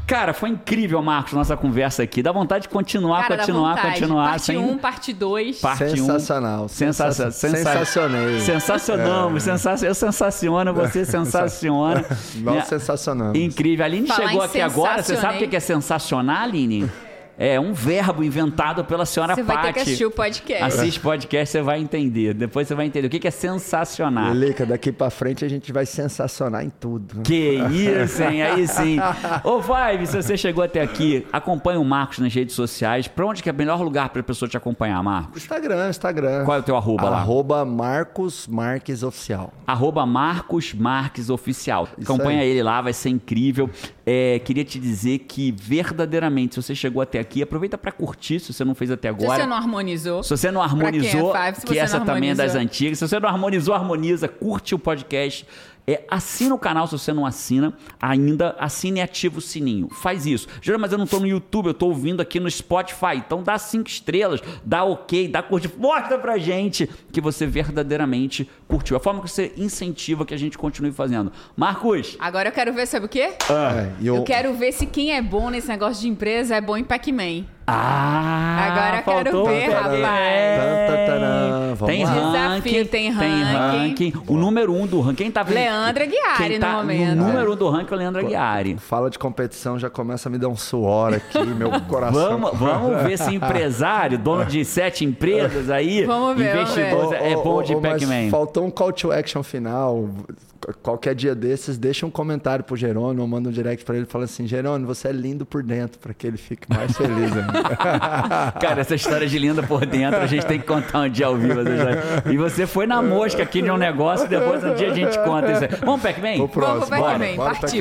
[SPEAKER 1] Cara, foi incrível, Marcos, nossa conversa aqui. Dá vontade de continuar.
[SPEAKER 3] Parte 1, parte 2.
[SPEAKER 2] Sensacional.
[SPEAKER 1] Sensacionei. Sensacionamos. Eu sensaciono, você sensaciona.
[SPEAKER 2] Nós sensacionamos.
[SPEAKER 1] Incrível. A Aline chegou aqui agora. Você sabe o que é sensacionar, Aline? É um verbo inventado pela senhora Paty.
[SPEAKER 3] Você vai ter que assistir o podcast.
[SPEAKER 1] Assiste podcast, você vai entender. Depois você vai entender o que é sensacionar.
[SPEAKER 2] Lilica, daqui pra frente a gente vai sensacionar em tudo.
[SPEAKER 1] Que isso, hein? Aí sim. Ô, Vibe, se você chegou até aqui, acompanha o Marcos nas redes sociais. Pra onde que é o melhor lugar pra pessoa te acompanhar, Marcos?
[SPEAKER 2] Instagram.
[SPEAKER 1] Qual é o teu arroba lá?
[SPEAKER 2] Arroba Marcos Marques Oficial.
[SPEAKER 1] Arroba Marcos Marques Oficial. Acompanha ele lá, vai ser incrível. Queria te dizer que verdadeiramente, se você chegou até aqui, aproveita para curtir, se você não fez até agora.
[SPEAKER 3] Se você não harmonizou.
[SPEAKER 1] Se você não harmonizou, que essa também é das antigas. Se você não harmonizou, harmoniza, curte o podcast. Assina o canal se você não assina ainda, assine e ativa o sininho. Faz isso. Júlio, mas eu não tô no YouTube, eu tô ouvindo aqui no Spotify. Então dá 5 estrelas, dá ok, dá curtir. Mostra pra gente que você verdadeiramente curtiu. A forma que você incentiva que a gente continue fazendo. Marcos.
[SPEAKER 3] Agora eu quero ver, sabe o quê? Eu quero ver se quem é bom nesse negócio de empresa é bom em Pac-Man. Agora eu quero ver, rapaz.
[SPEAKER 1] Tem ranking,
[SPEAKER 3] tem ranking.
[SPEAKER 1] O número 1 do ranking, quem tá vendo?
[SPEAKER 3] Leandro Aguiari, no momento.
[SPEAKER 1] O número 1 do ranking é o Leandro Aguiari.
[SPEAKER 2] Fala de competição, já começa a me dar um suor aqui, meu coração.
[SPEAKER 1] Vamos ver se empresário, dono de 7 empresas aí, investidores, é bom de Pac-Man.
[SPEAKER 2] Faltou um call to action final. Qualquer dia desses, deixa um comentário pro Jerônimo, manda um direct pra ele e fala assim: Jerônimo, você é lindo por dentro, pra que ele fique mais feliz ainda.
[SPEAKER 1] Cara, essa história de linda por dentro, a gente tem que contar um dia ao vivo. E você foi na mosca aqui de um negócio, e depois um dia a gente conta isso aí. Vamos, Pac-Man?
[SPEAKER 2] Vamos pro
[SPEAKER 3] Pac-Man, partiu.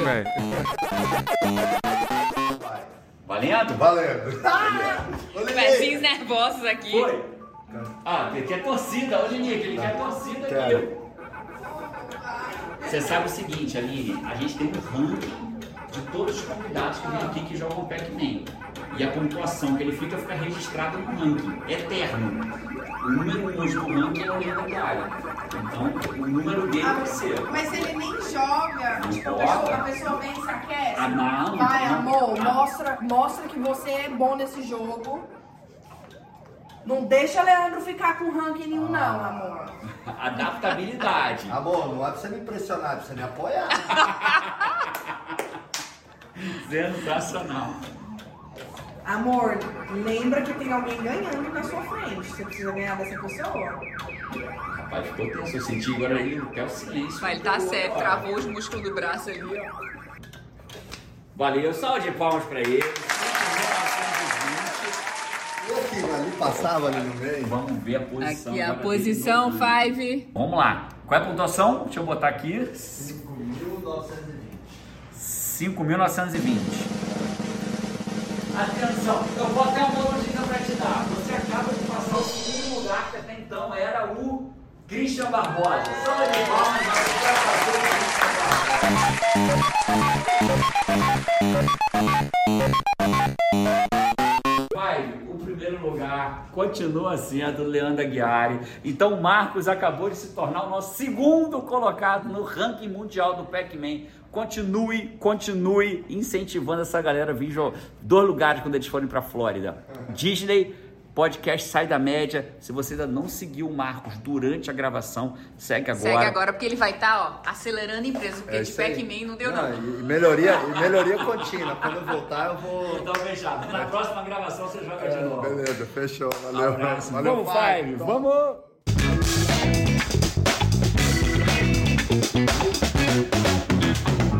[SPEAKER 1] Valendo?
[SPEAKER 3] Pezinhos nervosos aqui.
[SPEAKER 1] Foi. Ele quer torcida, olha Nick, ele quer torcida aqui. Você sabe o seguinte, Aline, a gente tem um ranking de todos os convidados que vêm aqui que jogam Pac-Man. E a pontuação que ele fica registrada no ranking, eterno. O número 1 do ranking é o Leandro Aguiari. Então, o número dele vai ser.
[SPEAKER 4] Mas ele nem joga. Tipo, a pessoa vem e se aquece.
[SPEAKER 1] Não.
[SPEAKER 4] Vai, amor, mostra que você é bom nesse jogo. Não deixa Leandro ficar com ranking nenhum, não, amor.
[SPEAKER 1] Adaptabilidade.
[SPEAKER 2] Amor, não é pra você me impressionar, é pra você me apoiar.
[SPEAKER 1] Sensacional.
[SPEAKER 4] Amor, lembra que tem alguém ganhando na sua frente. Você precisa ganhar dessa pessoa.
[SPEAKER 1] Rapaz, ficou tenso. Eu senti agora ele quer o silêncio.
[SPEAKER 3] Mas ele tá certo, travou os músculos do braço ali, ó.
[SPEAKER 1] Valeu, salve de palmas pra ele.
[SPEAKER 2] Ali passava ali no meio.
[SPEAKER 1] Vamos ver a posição.
[SPEAKER 3] Aqui a posição 5.
[SPEAKER 1] Vamos lá. Qual é a pontuação? Deixa eu botar aqui. 5.920. Atenção, eu vou até uma notícia pra te dar. Você acaba de passar o segundo lugar, que até então era o Christian Barbosa. Salve de palmas, o primeiro lugar continua sendo o Leandro Aguiari. Então o Marcos acabou de se tornar o nosso segundo colocado no ranking mundial do Pac-Man. Continue incentivando essa galera a vir 2 lugares quando eles forem para Flórida. Disney, podcast Sai da Média. Se você ainda não seguiu o Marcos durante a gravação, segue agora.
[SPEAKER 3] Segue agora, porque ele vai estar, acelerando a empresa, porque de Pac-Man não deu não.
[SPEAKER 2] E melhoria contínua. Quando eu voltar, eu vou...
[SPEAKER 1] Então, fechado. Na próxima gravação, você joga de novo.
[SPEAKER 2] Beleza, fechou. Valeu.
[SPEAKER 1] Valeu, Five. Vamos!